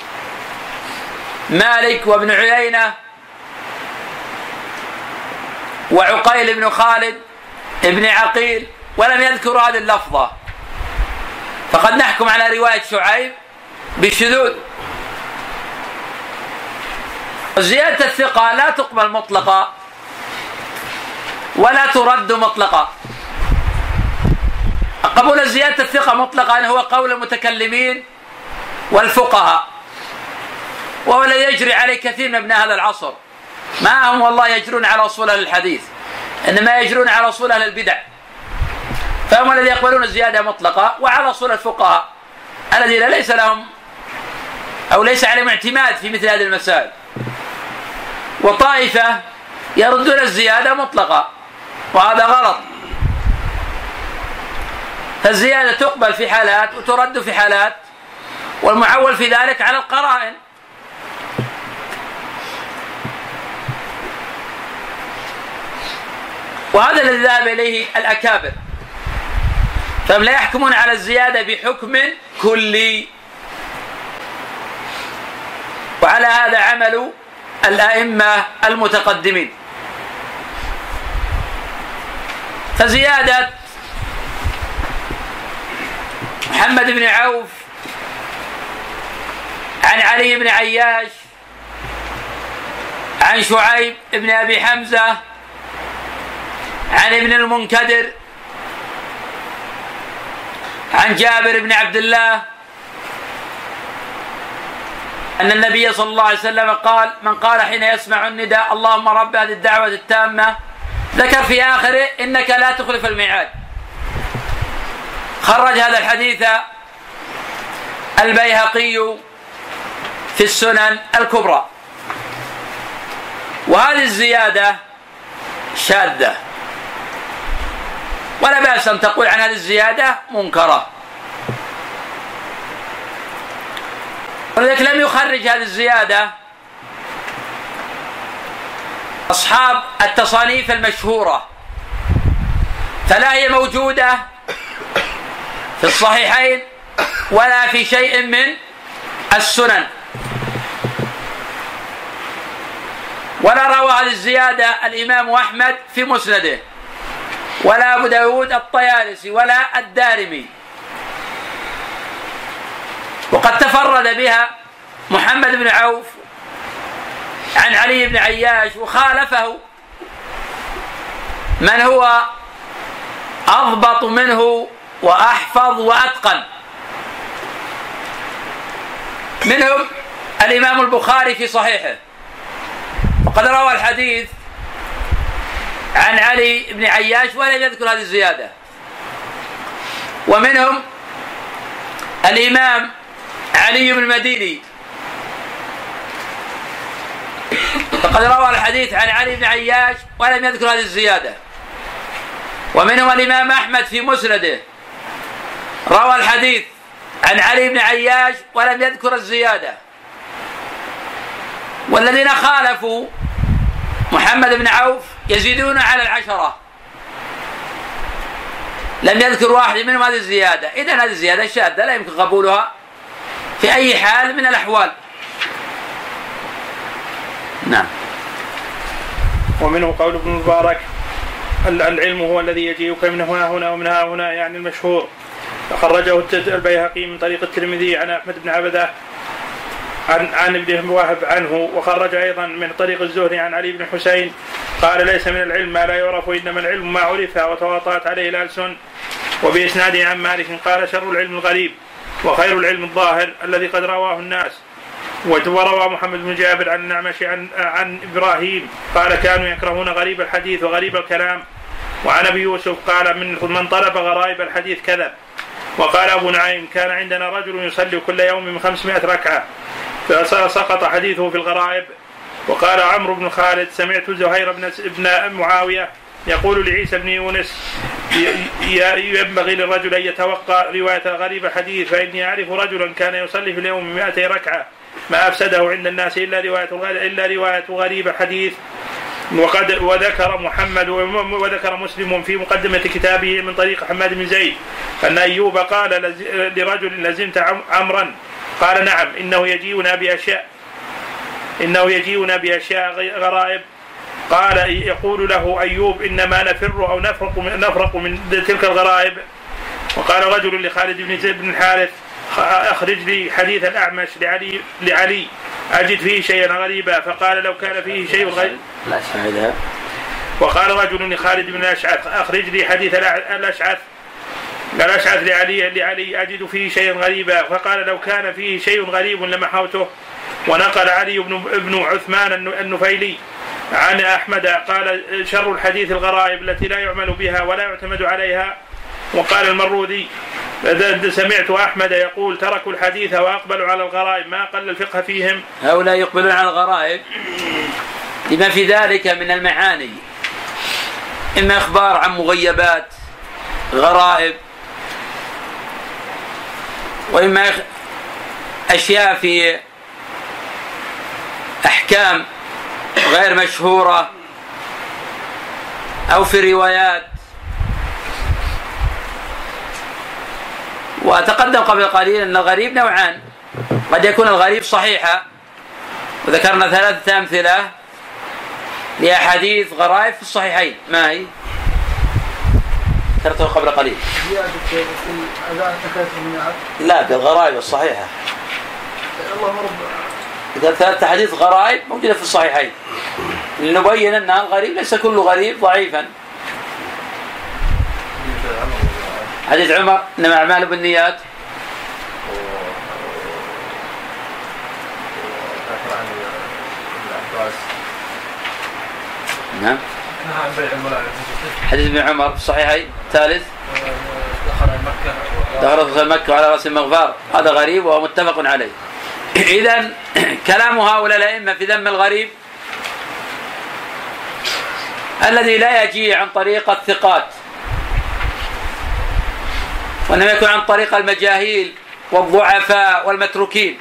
مالك وابن عيينة وعقيل بن خالد ابن عقيل ولم يذكر هذه اللفظة، فقد نحكم على رواية شعيب بالشذوذ. زيادة الثقة لا تقبل مطلقا ولا ترد مطلقا. قبول زيادة الثقة مطلقا هو قول المتكلمين والفقهاء، وهو الذي يجري عليه كثير من ابناء هذا العصر. ما هم والله يجرون على أصول أهل الحديث، إنما يجرون على أصول أهل البدع، فهم الذين يقبلون الزيادة مطلقة، وعلى أصول الفقهاء الذين ليس لهم أو ليس عليهم اعتماد في مثل هذه المسائل. وطائفة يردون الزيادة مطلقة، وهذا غلط. فالزيادة تقبل في حالات وترد في حالات، والمعول في ذلك على القرائن. وهذا الذي ذهب إليه الأكابر، فهم لا يحكمون على الزيادة بحكم كلي، وعلى هذا عمل الأئمة المتقدمين. فزيادة محمد بن عوف عن علي بن عياش عن شعيب بن أبي حمزة عن ابن المنكدر عن جابر بن عبد الله أن النبي صلى الله عليه وسلم قال: من قال حين يسمع النداء اللهم رب هذه الدعوة التامة، ذكر في آخره إنك لا تخلف الميعاد. خرج هذا الحديث البيهقي في السنن الكبرى. وهذه الزيادة شاذة، ولا بأس أن تقول عن هذه الزيادة منكرة. ولذلك لم يخرج هذه الزيادة أصحاب التصانيف المشهورة، فلا هي موجودة في الصحيحين ولا في شيء من السنن. ولا روى هذه الزيادة الإمام أحمد في مسنده، ولا أبو داود الطيالسي، ولا الدارمي. وقد تفرد بها محمد بن عوف عن علي بن عياش، وخالفه من هو أضبط منه وأحفظ وأتقن، منهم الإمام البخاري في صحيحه، وقد روى الحديث عن علي بن عياش ولم يذكر هذه الزيادة. ومنهم الإمام علي بن المديني، فقد روى الحديث عن علي بن عياش ولم يذكر هذه الزيادة. ومنهم الإمام أحمد في مسنده، روى الحديث عن علي بن عياش ولم يذكر الزيادة. والذين خالفوا محمد بن عوف يزيدون على العشرة، لم يذكر واحد منهم هذه الزيادة. إذن هذه الزيادة شاذة لا يمكن قبولها في أي حال من الأحوال. نعم. ومنه قول ابن المبارك: العلم هو الذي يجيئك من هنا هنا ومن ها هنا، يعني المشهور. خرجه البيهقي من طريق الترمذي عن أحمد بن عبده عن عن ابن وهب عنه، وخرج أيضا من طريق الزهري عن علي بن حسين قال: ليس من العلم ما لا يعرف، إنما العلم ما عرف وتواطأت عليه الألسن. وبإسناده عن مالك قال: شر العلم الغريب، وخير العلم الظاهر الذي قد رواه الناس. وروى محمد بن جابر عن الأعمش عن, عن إبراهيم قال: كانوا يكرهون غريب الحديث وغريب الكلام. وعن أبي يوسف قال: من من طلب غرائب الحديث كذب. وقال أبو نعيم: كان عندنا رجل يصلي كل يوم من خمسمائة ركعة، فسقط حديثه في الغرائب. وقال عمرو بن خالد: سمعت زهير بن معاوية يقول لعيسى بن يونس: ينبغي للرجل أن يتوقع رواية غريب الحديث، فإني أعرف رجلا كان يصلي في اليوم مائتي ركعة ما أفسده عند الناس إلا رواية إلا رواية غريب الحديث. وقد وذكر محمد وذكر مسلم في مقدمة كتابه من طريق حماد بن زيد أن أيوب قال لرجل: لزمت عمرا؟ قال: نعم، إنه يجيئنا بأشياء إنه يجيئنا بأشياء غرائب قال يقول له أيوب إنما نفر أو نفرق من, نفرق من تلك الغرائب. وقال رجل لخالد بن زيد بن الحارث أخرج لي حديث الأعمش لعلي, لعلي أجد فيه شيئا غريبا، فقال لو كان فيه شيء غريب. وقال رجل لخالد بن الأشعث أخرج لي حديث الأشعث الأشعث لعلي, لعلي أجد فيه شيئا غريبا، فقال لو كان فيه شيء غريب لمحوته. ونقل علي بن, بن عثمان النفيلي عن أحمد قال شر الحديث الغرائب التي لا يعمل بها ولا يعتمد عليها. وقال المرودي سمعت أحمد يقول تركوا الحديث وأقبلوا على الغرائب ما قل الفقه فيهم. هؤلاء يقبلون على الغرائب لما في ذلك من المعاني، إما إخبار عن مغيبات غرائب، وإما أشياء في أحكام غير مشهورة أو في روايات. وتقدم قبل قليل أن الغريب نوعان، قد يكون الغريب صحيحة، وذكرنا ثلاثة أمثلة لأحاديث غرائب في الصحيحين. ما هي؟ ذكرته قبل قليل. لا، بالغرائب الصحيحة. إذا ثلاثة حديث غرائب موجودة في الصحيحين لنبين أن الغريب ليس كل غريب ضعيفا. حديث عمر إنما أعمال بالنيات، نعم. حديث ابن عمر في الصحيحين. ثالث دخل مكة على رأس المغفار، هذا غريب وهو متفق عليه. إذن كلام هؤلاء الأئمة في ذم الغريب الذي لا يجي عن طريق الثقات، وإنما يكون عن طريق المجاهيل والضعفاء والمتروكين.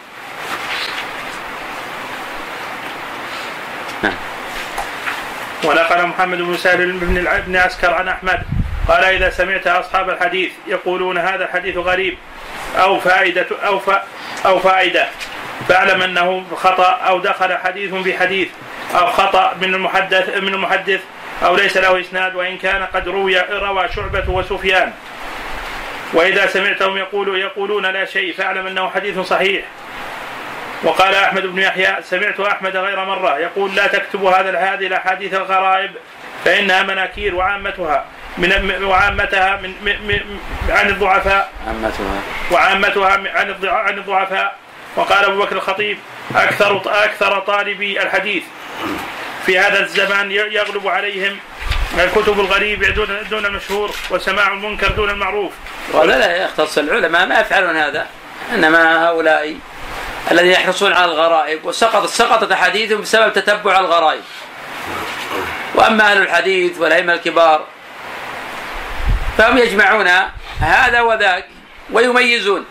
ونقل محمد بن سالم بن عسكر عن أحمد قال إذا سمعت أصحاب الحديث يقولون هذا الحديث غريب أو فائدة أو ف أو فائدة فاعلم أنه خطأ أو دخل حديث في حديث أو خطأ من المحدث من المحدث أو ليس له إسناد، وإن كان قد روي روى شعبة وسفيان. وإذا سمعتهم يقولوا يقولون لا شيء فاعلم أنه حديث صحيح. وقال أحمد بن يحيى سمعت أحمد غير مرة يقول لا تكتبوا هذا هذه الأحاديث الغرائب فإنها مناكير وعامتها من وعامتها من, من عن الضعفاء وعامتها عن عن الضعفاء. وقال أبو بكر الخطيب أكثر أكثر طالبي الحديث في هذا الزمان يغلب عليهم الكتب الغريب دون دون المشهور وسماع المنكر دون المعروف. ولا لا يختص العلماء ما يفعلون هذا، إنما هؤلاء الذين يحرصون على الغرائب وسقطت سقطت حديثهم بسبب تتبع الغرائب. وأما أهل الحديث والأئمة الكبار فهم يجمعون هذا وذاك ويميزون.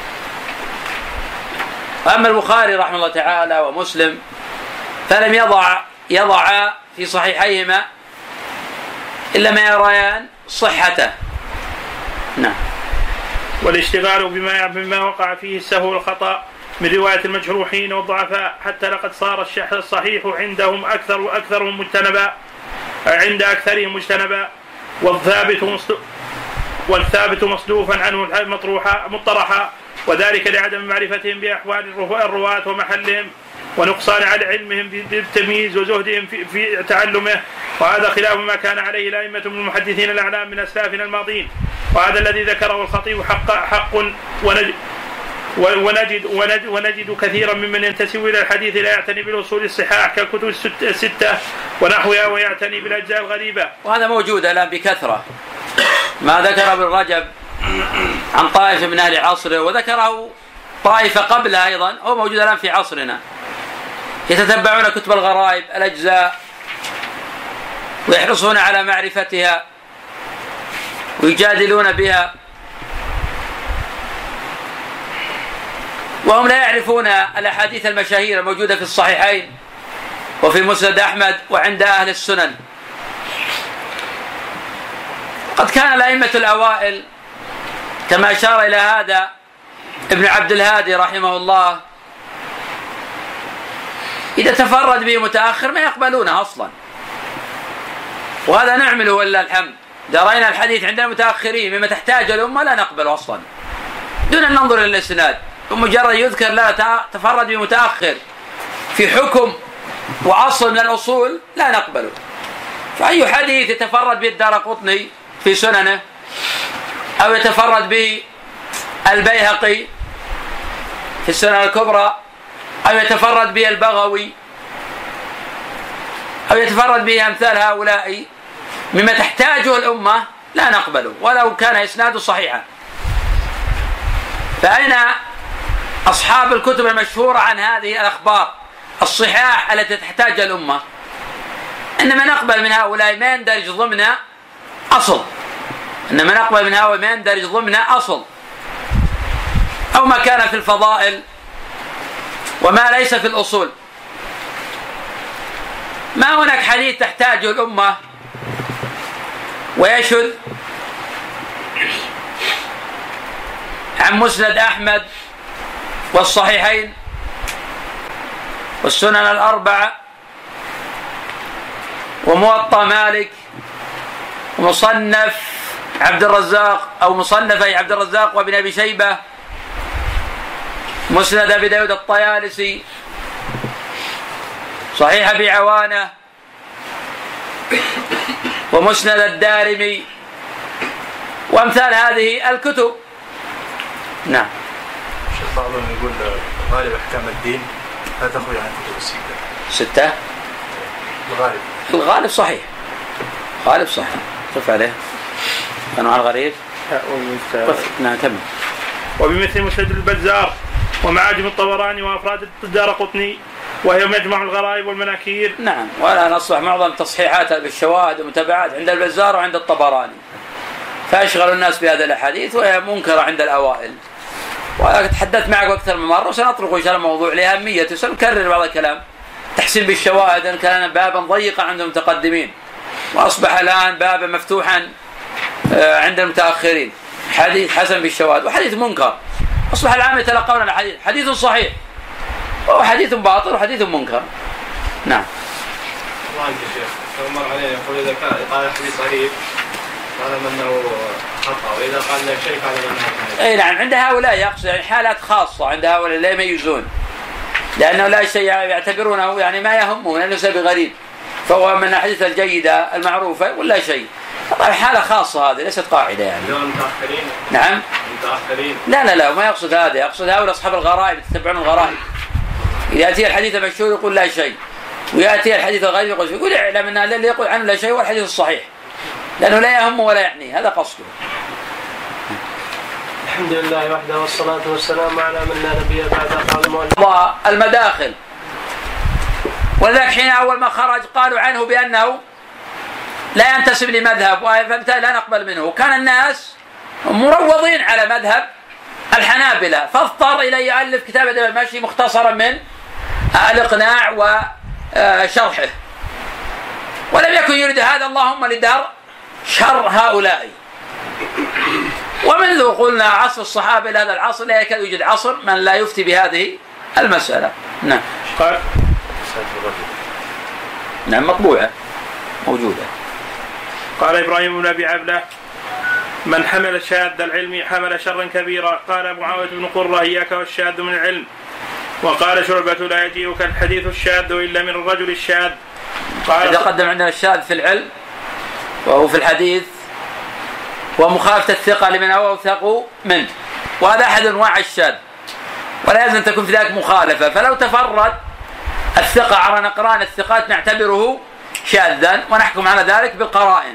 وأما البخاري رحمه الله تعالى ومسلم فلم يضع يضع في صحيحيهما إلا ما يريان صحته. نعم. والاشتغال بما بما وقع فيه السهو والخطأ من رواية المجروحين والضعفاء حتى لقد صار الصحيح عندهم أكثر وأكثرهم مجتنبا عند أكثرهم مجتنبا والثابت والثابت مصدوفا عنه المطروحا مطرحا، وذلك لعدم معرفتهم بأحوال الرواة ومحلهم ونقصان على علمهم بالتمييز وزهدهم في, في تعلمه. وهذا خلاف ما كان عليه الأئمة من المحدثين الأعلام من أسلافنا الماضين. وهذا الذي ذكره الخطيب حق, حق ونجد, ونجد, ونجد, ونجد كثيرا ممن ينتسب إلى الحديث لا يعتني بالأصول الصحاح كالكتب الستة ونحوها ويعتني بالأجزاء الغريبة. وهذا موجود الآن بكثرة، ما ذكر ابن رجب عن طائفة من أهل عصره وذكره طائفة قبلها أيضا، هو موجود الآن في عصرنا، يتتبعون كتب الغرائب الأجزاء ويحرصون على معرفتها ويجادلون بها، وهم لا يعرفون الأحاديث المشاهير الموجودة في الصحيحين وفي مسند أحمد وعند أهل السنن. قد كان الأئمة الأوائل كما أشار إلى هذا ابن عبد الهادي رحمه الله إذا تفرد به متأخر ما يقبلونه أصلا، وهذا نعمله ولله الحمد. إذا رأينا الحديث عند المتأخرين مما تحتاج الأمة لا نقبله أصلا دون أن ننظر إلى الإسناد، ومجرد يذكر لا تفرد بمتأخر في حكم وأصل من الأصول لا نقبله. فأي حديث يتفرد به الدارقطني في سننه أو يتفرد به البيهقي في السنن الكبرى أو يتفرد به البغوي أو يتفرد به أمثال هؤلاء مما تحتاجه الأمة لا نقبله ولو كان إسناده صحيحا. فأين أصحاب الكتب المشهورة عن هذه الأخبار الصحاح التي تحتاج الأمة؟ إنما نقبل من هؤلاء ما يندرج ضمن أصل إنما نقبل من هؤلاء ما يندرج ضمن أصل أو ما كان في الفضائل وما ليس في الأصول. ما هناك حديث تحتاجه الأمة ويشذ عن مسند أحمد والصحيحين والسنن الأربعة وموطأ مالك ومصنف عبد الرزاق أو مصنفي عبد الرزاق وابن أبي شيبة، مسند أبي داود الطيالسي، صحيح أبي عوانة، ومسند الدارمي، وأمثال هذه الكتب. نعم. الشيخ بعضهم يقول غالب أحكام الدين لا تخرج عن كتب الستة. ستة؟ الغالب. الغالب صحيح. غالب صحيح. شوف عليه. كانوا على الغريب. نعم تمام. وبمثل مسند البزار ومعاجم الطبراني وأفراد الدارقطني وهي مجمع الغرائب والمناكير. نعم. ولا نصبح معظم تصحيحاتها بالشواهد والمتابعات عند البزار وعند الطبراني، فأشغل الناس بهذا الحديث وهي منكرة عند الأوائل. وتحدثت معك أكثر من مرة وسنطرق إن شاء الله موضوع لأهميته، سنكرر بعض الكلام. تحسين بالشواهد أن كان بابا ضيقا عند المتقدمين وأصبح الآن بابا مفتوحا عند المتأخرين. حديث حسن بالشواهد وحديث منكر، أصبح العام يتلقون الحديث حديث صحيح وهو حديث باطل وحديث منكر. نعم. الله عنك يا شيخ، لو مر عليه يقول إذا كان قال الحديث غريب قال منه خطأ، وإذا قال له شيء قال منه. أي نعم. عند هؤلاء يقصد يعني حالات خاصة، عند هؤلاء لا يميزون لأنه لا شيء يعتبرونه يعني ما يهمه لأنه سبب غريب، فهو من الأحاديث الجيدة المعروفة ولا شيء. طبعا حالة خاصة هذه ليست قاعدة يعني. المتأخرين. نعم. المتأخرين. لا لا لا ما يقصد هذا، يقصد هؤلاء أصحاب الغرائب يتبعون الغرائب. يأتي الحديث المشهور يقول لا شيء، ويأتي الحديث الغريب يقول يقول اعلم أن الذي يقول عنه لا شيء هو الحديث الصحيح لأنه لا يهمه ولا يعنيه، هذا قصده. الحمد لله وحده والصلاة والسلام على من لا نبي بعد. قال المؤلف المداخل، ولذلك حين أول ما خرج قالوا عنه بأنه لا ينتسب لمذهب فبالتالي لا نقبل منه. كان الناس مروضين على مذهب الحنابلة فاضطر إلى يؤلف كتاب أدب المشي مختصرا من الإقناع وشرحه، ولم يكن يريد هذا اللهم لدار شر هؤلاء. ومنذ قلنا عصر الصحابة إلى هذا العصر لا يكاد يوجد عصر من لا يفتي بهذه المسألة. نعم. قال نعم مطبوعة موجودة. قال إبراهيم بن أبي عبلة من حمل الشاذ العلم حمل شرا كبيرا. قال أبو معاوية بن قرة إياك والشاذ من العلم. وقال شعبة لا يجيئك الحديث الشاذ إلا من الرجل الشاذ. قال إذا قدم عندنا الشاذ في العلم وهو في الحديث ومخالفة الثقة لمن هو أوثق منه، وهذا أحد أنواع الشاذ ولا يلزم تكون في ذلك مخالفة. فلو تفرد الثقة على نقران الثقات نعتبره شاذا ونحكم على ذلك بالقرائن.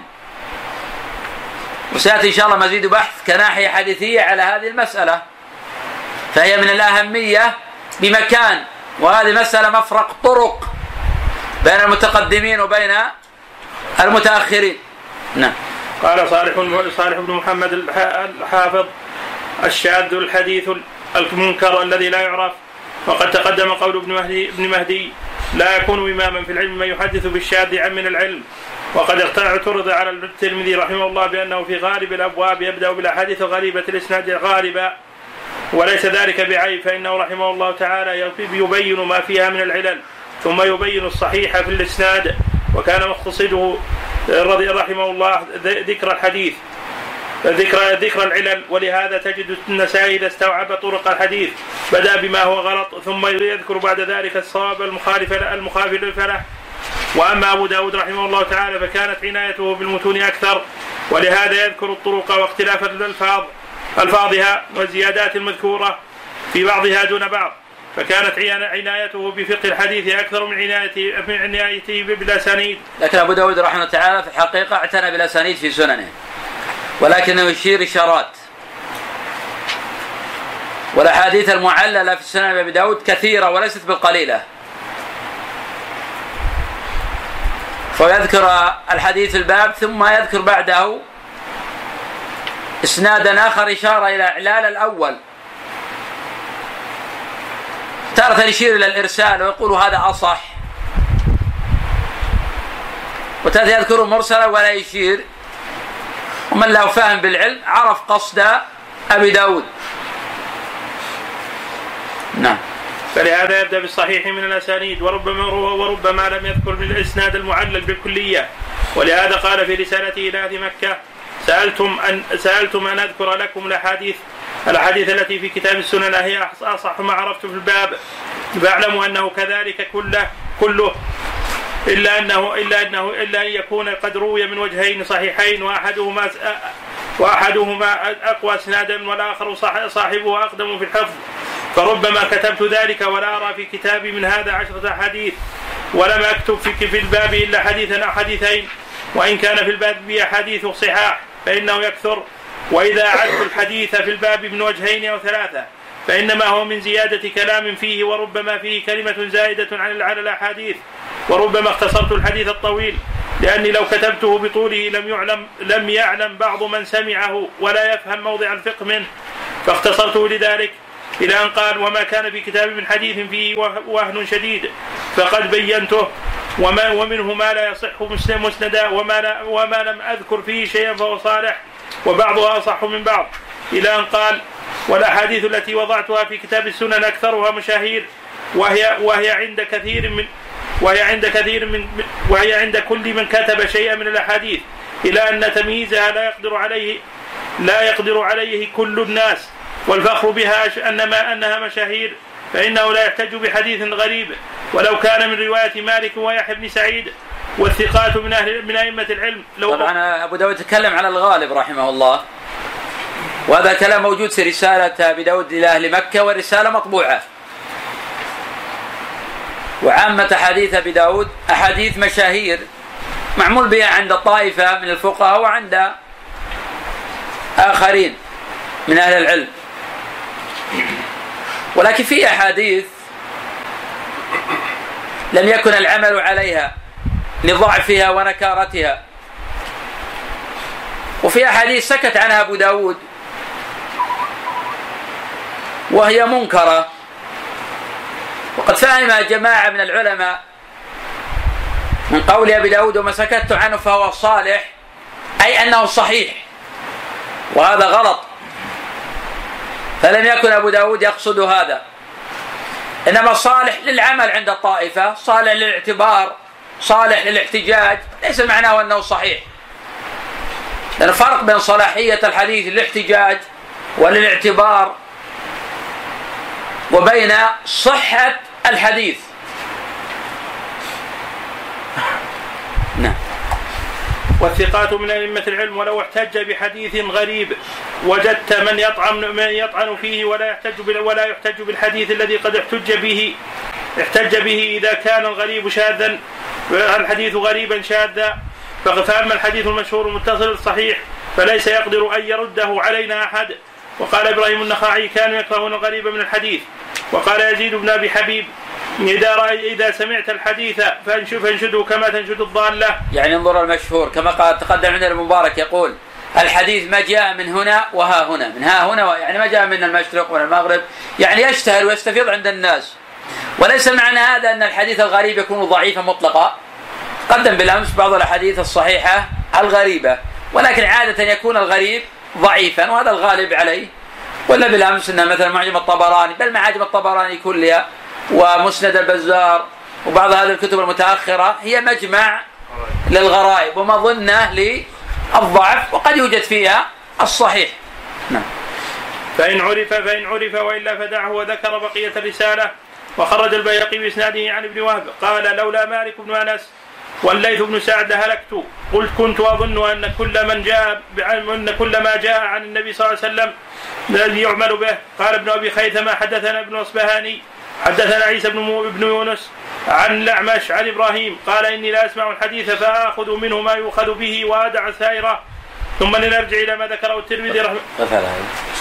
وسيأتي إن شاء الله مزيد بحث كناحية حديثية على هذه المسألة، فهي من الأهمية بمكان، وهذه مسألة مفرق طرق بين المتقدمين وبين المتأخرين. نعم. قال صالح صالح بن محمد الحافظ الشاذ الحديث المنكر الذي لا يعرف. وقد تقدم قول ابن مهدي, ابن مهدي لا يكون إماما في العلم من يحدث بالشاذ عن من العلم. وقد اعترض على الترمذي رحمه الله بأنه في غالب الأبواب يبدأ بالأحاديث غريبة الإسناد غالبا، وليس ذلك بعيب، فإنه رحمه الله تعالى يبين ما فيها من العلل ثم يبين الصحيح في الإسناد، وكان مقتصده رضي رحمه الله ذكر الحديث ذكر ذكر العلل، ولهذا تجد النسائي إذا استوعب طرق الحديث بدأ بما هو غلط ثم يذكر بعد ذلك الصواب المخالف المخالف له. وأما أبو داود رحمه الله تعالى فكانت عنايته بالمتون أكثر، ولهذا يذكر الطرق واختلاف الألفاظ ألفاظها والزيادات المذكورة في بعضها دون بعض، فكانت عنايته بفقه الحديث أكثر من عنايته من عنايته بالأسانيد. لكن أبو داود رحمه الله تعالى في الحقيقة اعتنى بالأسانيد في سننه، ولكنه يشير إشارات. والأحاديث المعللة في سنن أبي داود كثيرة وليست بالقليلة، فيذكر الحديث الباب ثم يذكر بعده إسنادا آخر إشارة إلى إعلال الأول، تارة يشير إلى الإرسال ويقول هذا أصح، وتارة يذكر مرسلا ولا يشير. ومن له فهم بالعلم عرف قصد أبي داود. نعم. فلهذا يبدأ بالصحيح من الأسانيد، وربما وربما لم يذكر الإسناد المعلل بالكلية. ولهذا قال في رسالته إلى أهل مكة: سألتم أن سألتم أن أذكر لكم الأحاديث الأحاديث التي في كتاب السنن هي أصح ما عرفت في الباب، فاعلموا أنه كذلك كله كله إلا أنه إلا أنه إلا أن يكون قد روي من وجهين صحيحين، وأحدهما وأحدهما أقوى إسنادا والآخر صاحبه أقدم في الحفظ، فربما كتبت ذلك ولا أرى في كتابي من هذا عشرة أحاديث، ولم أكتب في في الباب إلا حديثا أو حديثين، وإن كان في الباب أحاديث صحاح فإنه يكثر. وإذا أعدت الحديث في الباب من وجهين أو ثلاثة فإنما هو من زيادة كلام فيه، وربما فيه كلمة زائدة على الأحاديث، وربما اختصرت الحديث الطويل، لأني لو كتبته بطوله لم يعلم لم يعلم بعض من سمعه ولا يفهم موضع الفقه منه، فاختصرته لذلك، إلى أن قال: وما كان في كتاب من حديث فيه وهن شديد فقد بينته، وما ومنه ما لا يصح مسندا، وما, وما لم أذكر فيه شيئا فهو صالح، وبعضها أصح من بعض، إلى أن قال: والأحاديث التي وضعتها في كتاب السنن أكثرها مشاهير، وهي وهي عند كثير من وهي عند كثير من وهي عند كل من كتب شيئا من الأحاديث، إلى أن تمييزها لا يقدر عليه لا يقدر عليه كل الناس، والفخر بها أنما أنها مشاهير، فإنه لا يحتج بحديث غريب ولو كان من رواية مالك ويحيى بن سعيد والثقات من أهل من أئمة العلم. لو طبعا أبو داود تكلم على الغالب رحمه الله، وهذا كلام موجود في رسالة أبي داود إلى أهل مكة، والرسالة مطبوعة. وعامة حديث أبي داود أحاديث مشاهير معمول بها عند الطائفة من الفقهاء وعند آخرين من أهل العلم، ولكن في أحاديث لم يكن العمل عليها لضعفها ونكارتها، وفي أحاديث سكت عنها أبو داود وهي منكرة، وقد فهم جماعة من العلماء من قول أبي داود: وما سكت عنه فهو صالح، أي أنه صحيح، وهذا غلط. فلم يكن أبو داود يقصد هذا، إنما صالح للعمل عند الطائفة، صالح للاعتبار، صالح للاحتجاج، ليس معناه أنه صحيح، لأن فرق بين صلاحية الحديث للاحتجاج وللاعتبار وبين صحة الحديث. نعم. والثقات من أئمة العلم ولو احتج بحديث غريب وجدت من يطعن من يطعن فيه ولا يحتج ولا يحتج بالحديث الذي قد احتج به احتج به إذا كان الغريب شاذا الحديث غريبا شاذا. فأما الحديث المشهور المتصل الصحيح فليس يقدر أن يرده علينا أحد. وقال إبراهيم النخعي: كانوا يكرهون الغريب من الحديث. وقال يزيد بن أبي حبيب: إذا رأي إذا سمعت الحديث فانشده كما تنشد الضالة. يعني انظر المشهور كما قال تقدم عندنا المبارك يقول: الحديث ما جاء من هنا وها هنا، من ها هنا، يعني ما جاء من المشرق ولا المغرب، يعني يشتهر ويستفيض عند الناس. وليس معنى هذا أن الحديث الغريب يكون ضعيفا مطلقا. قدم بالأمس بعض الأحاديث الصحيحة الغريبة، ولكن عادة يكون الغريب ضعيفا، وهذا الغالب عليه. ولا بالأمس أن مثلا معجم الطبراني، بل معاجم الطبراني كلها ومسند البزار وبعض هذه الكتب المتأخرة هي مجمع للغرائب ومظنة للضعف، وقد يوجد فيها الصحيح. نعم. فإن عرف فإن عرف وإلا فدعه. وذكر بقية الرسالة. وخرج البيهقي بإسناده عن ابن وهب قال لولا مالك بن أنس والليث بن سعد لهلكت. قلت كنت أظن أن كل من جاء أن كل ما جاء عن النبي صلى الله عليه وسلم الذي يعمل به. قال ابن أبي خيثمة حدثنا ابن أصبهاني حدثنا عيسى بن يونس عن الأعمش عن إبراهيم قال إني لا أسمع الحديث فآخذ منه ما يؤخذ به وأدع سائره. ثم لنرجع إلى ما ذكره الترمذي رحمه الله.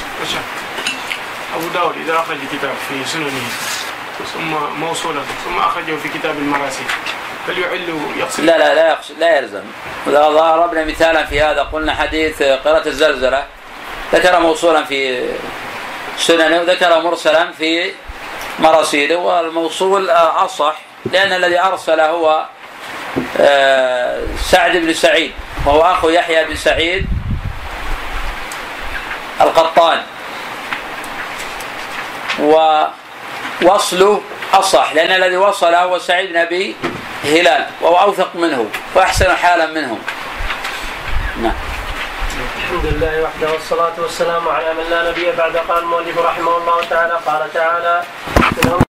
أبو داود إذا أخرج كتاب في سننه ثم موصولا ثم أخرجه في كتاب المراسيل فليعل يقصد. لا لا لا يقصد لا يلزم. وإذا ضربنا مثالا في هذا قلنا حديث قراءة الزلزلة ذكر موصولا في سننه وذكر مرسلا في مراسيله، والموصول أصح لأن الذي أرسل هو سعد بن سعيد وهو أخو يحيى بن سعيد القطان، ووصله أصح لأن الذي وصله هو سعيد بن أبي هلال وهو أوثق منه وأحسن حالا منه. نعم. الحمد لله وحده والصلاة والسلام على من لا نبي بعد. قال المؤلف رحمه الله تعالى قال تعالى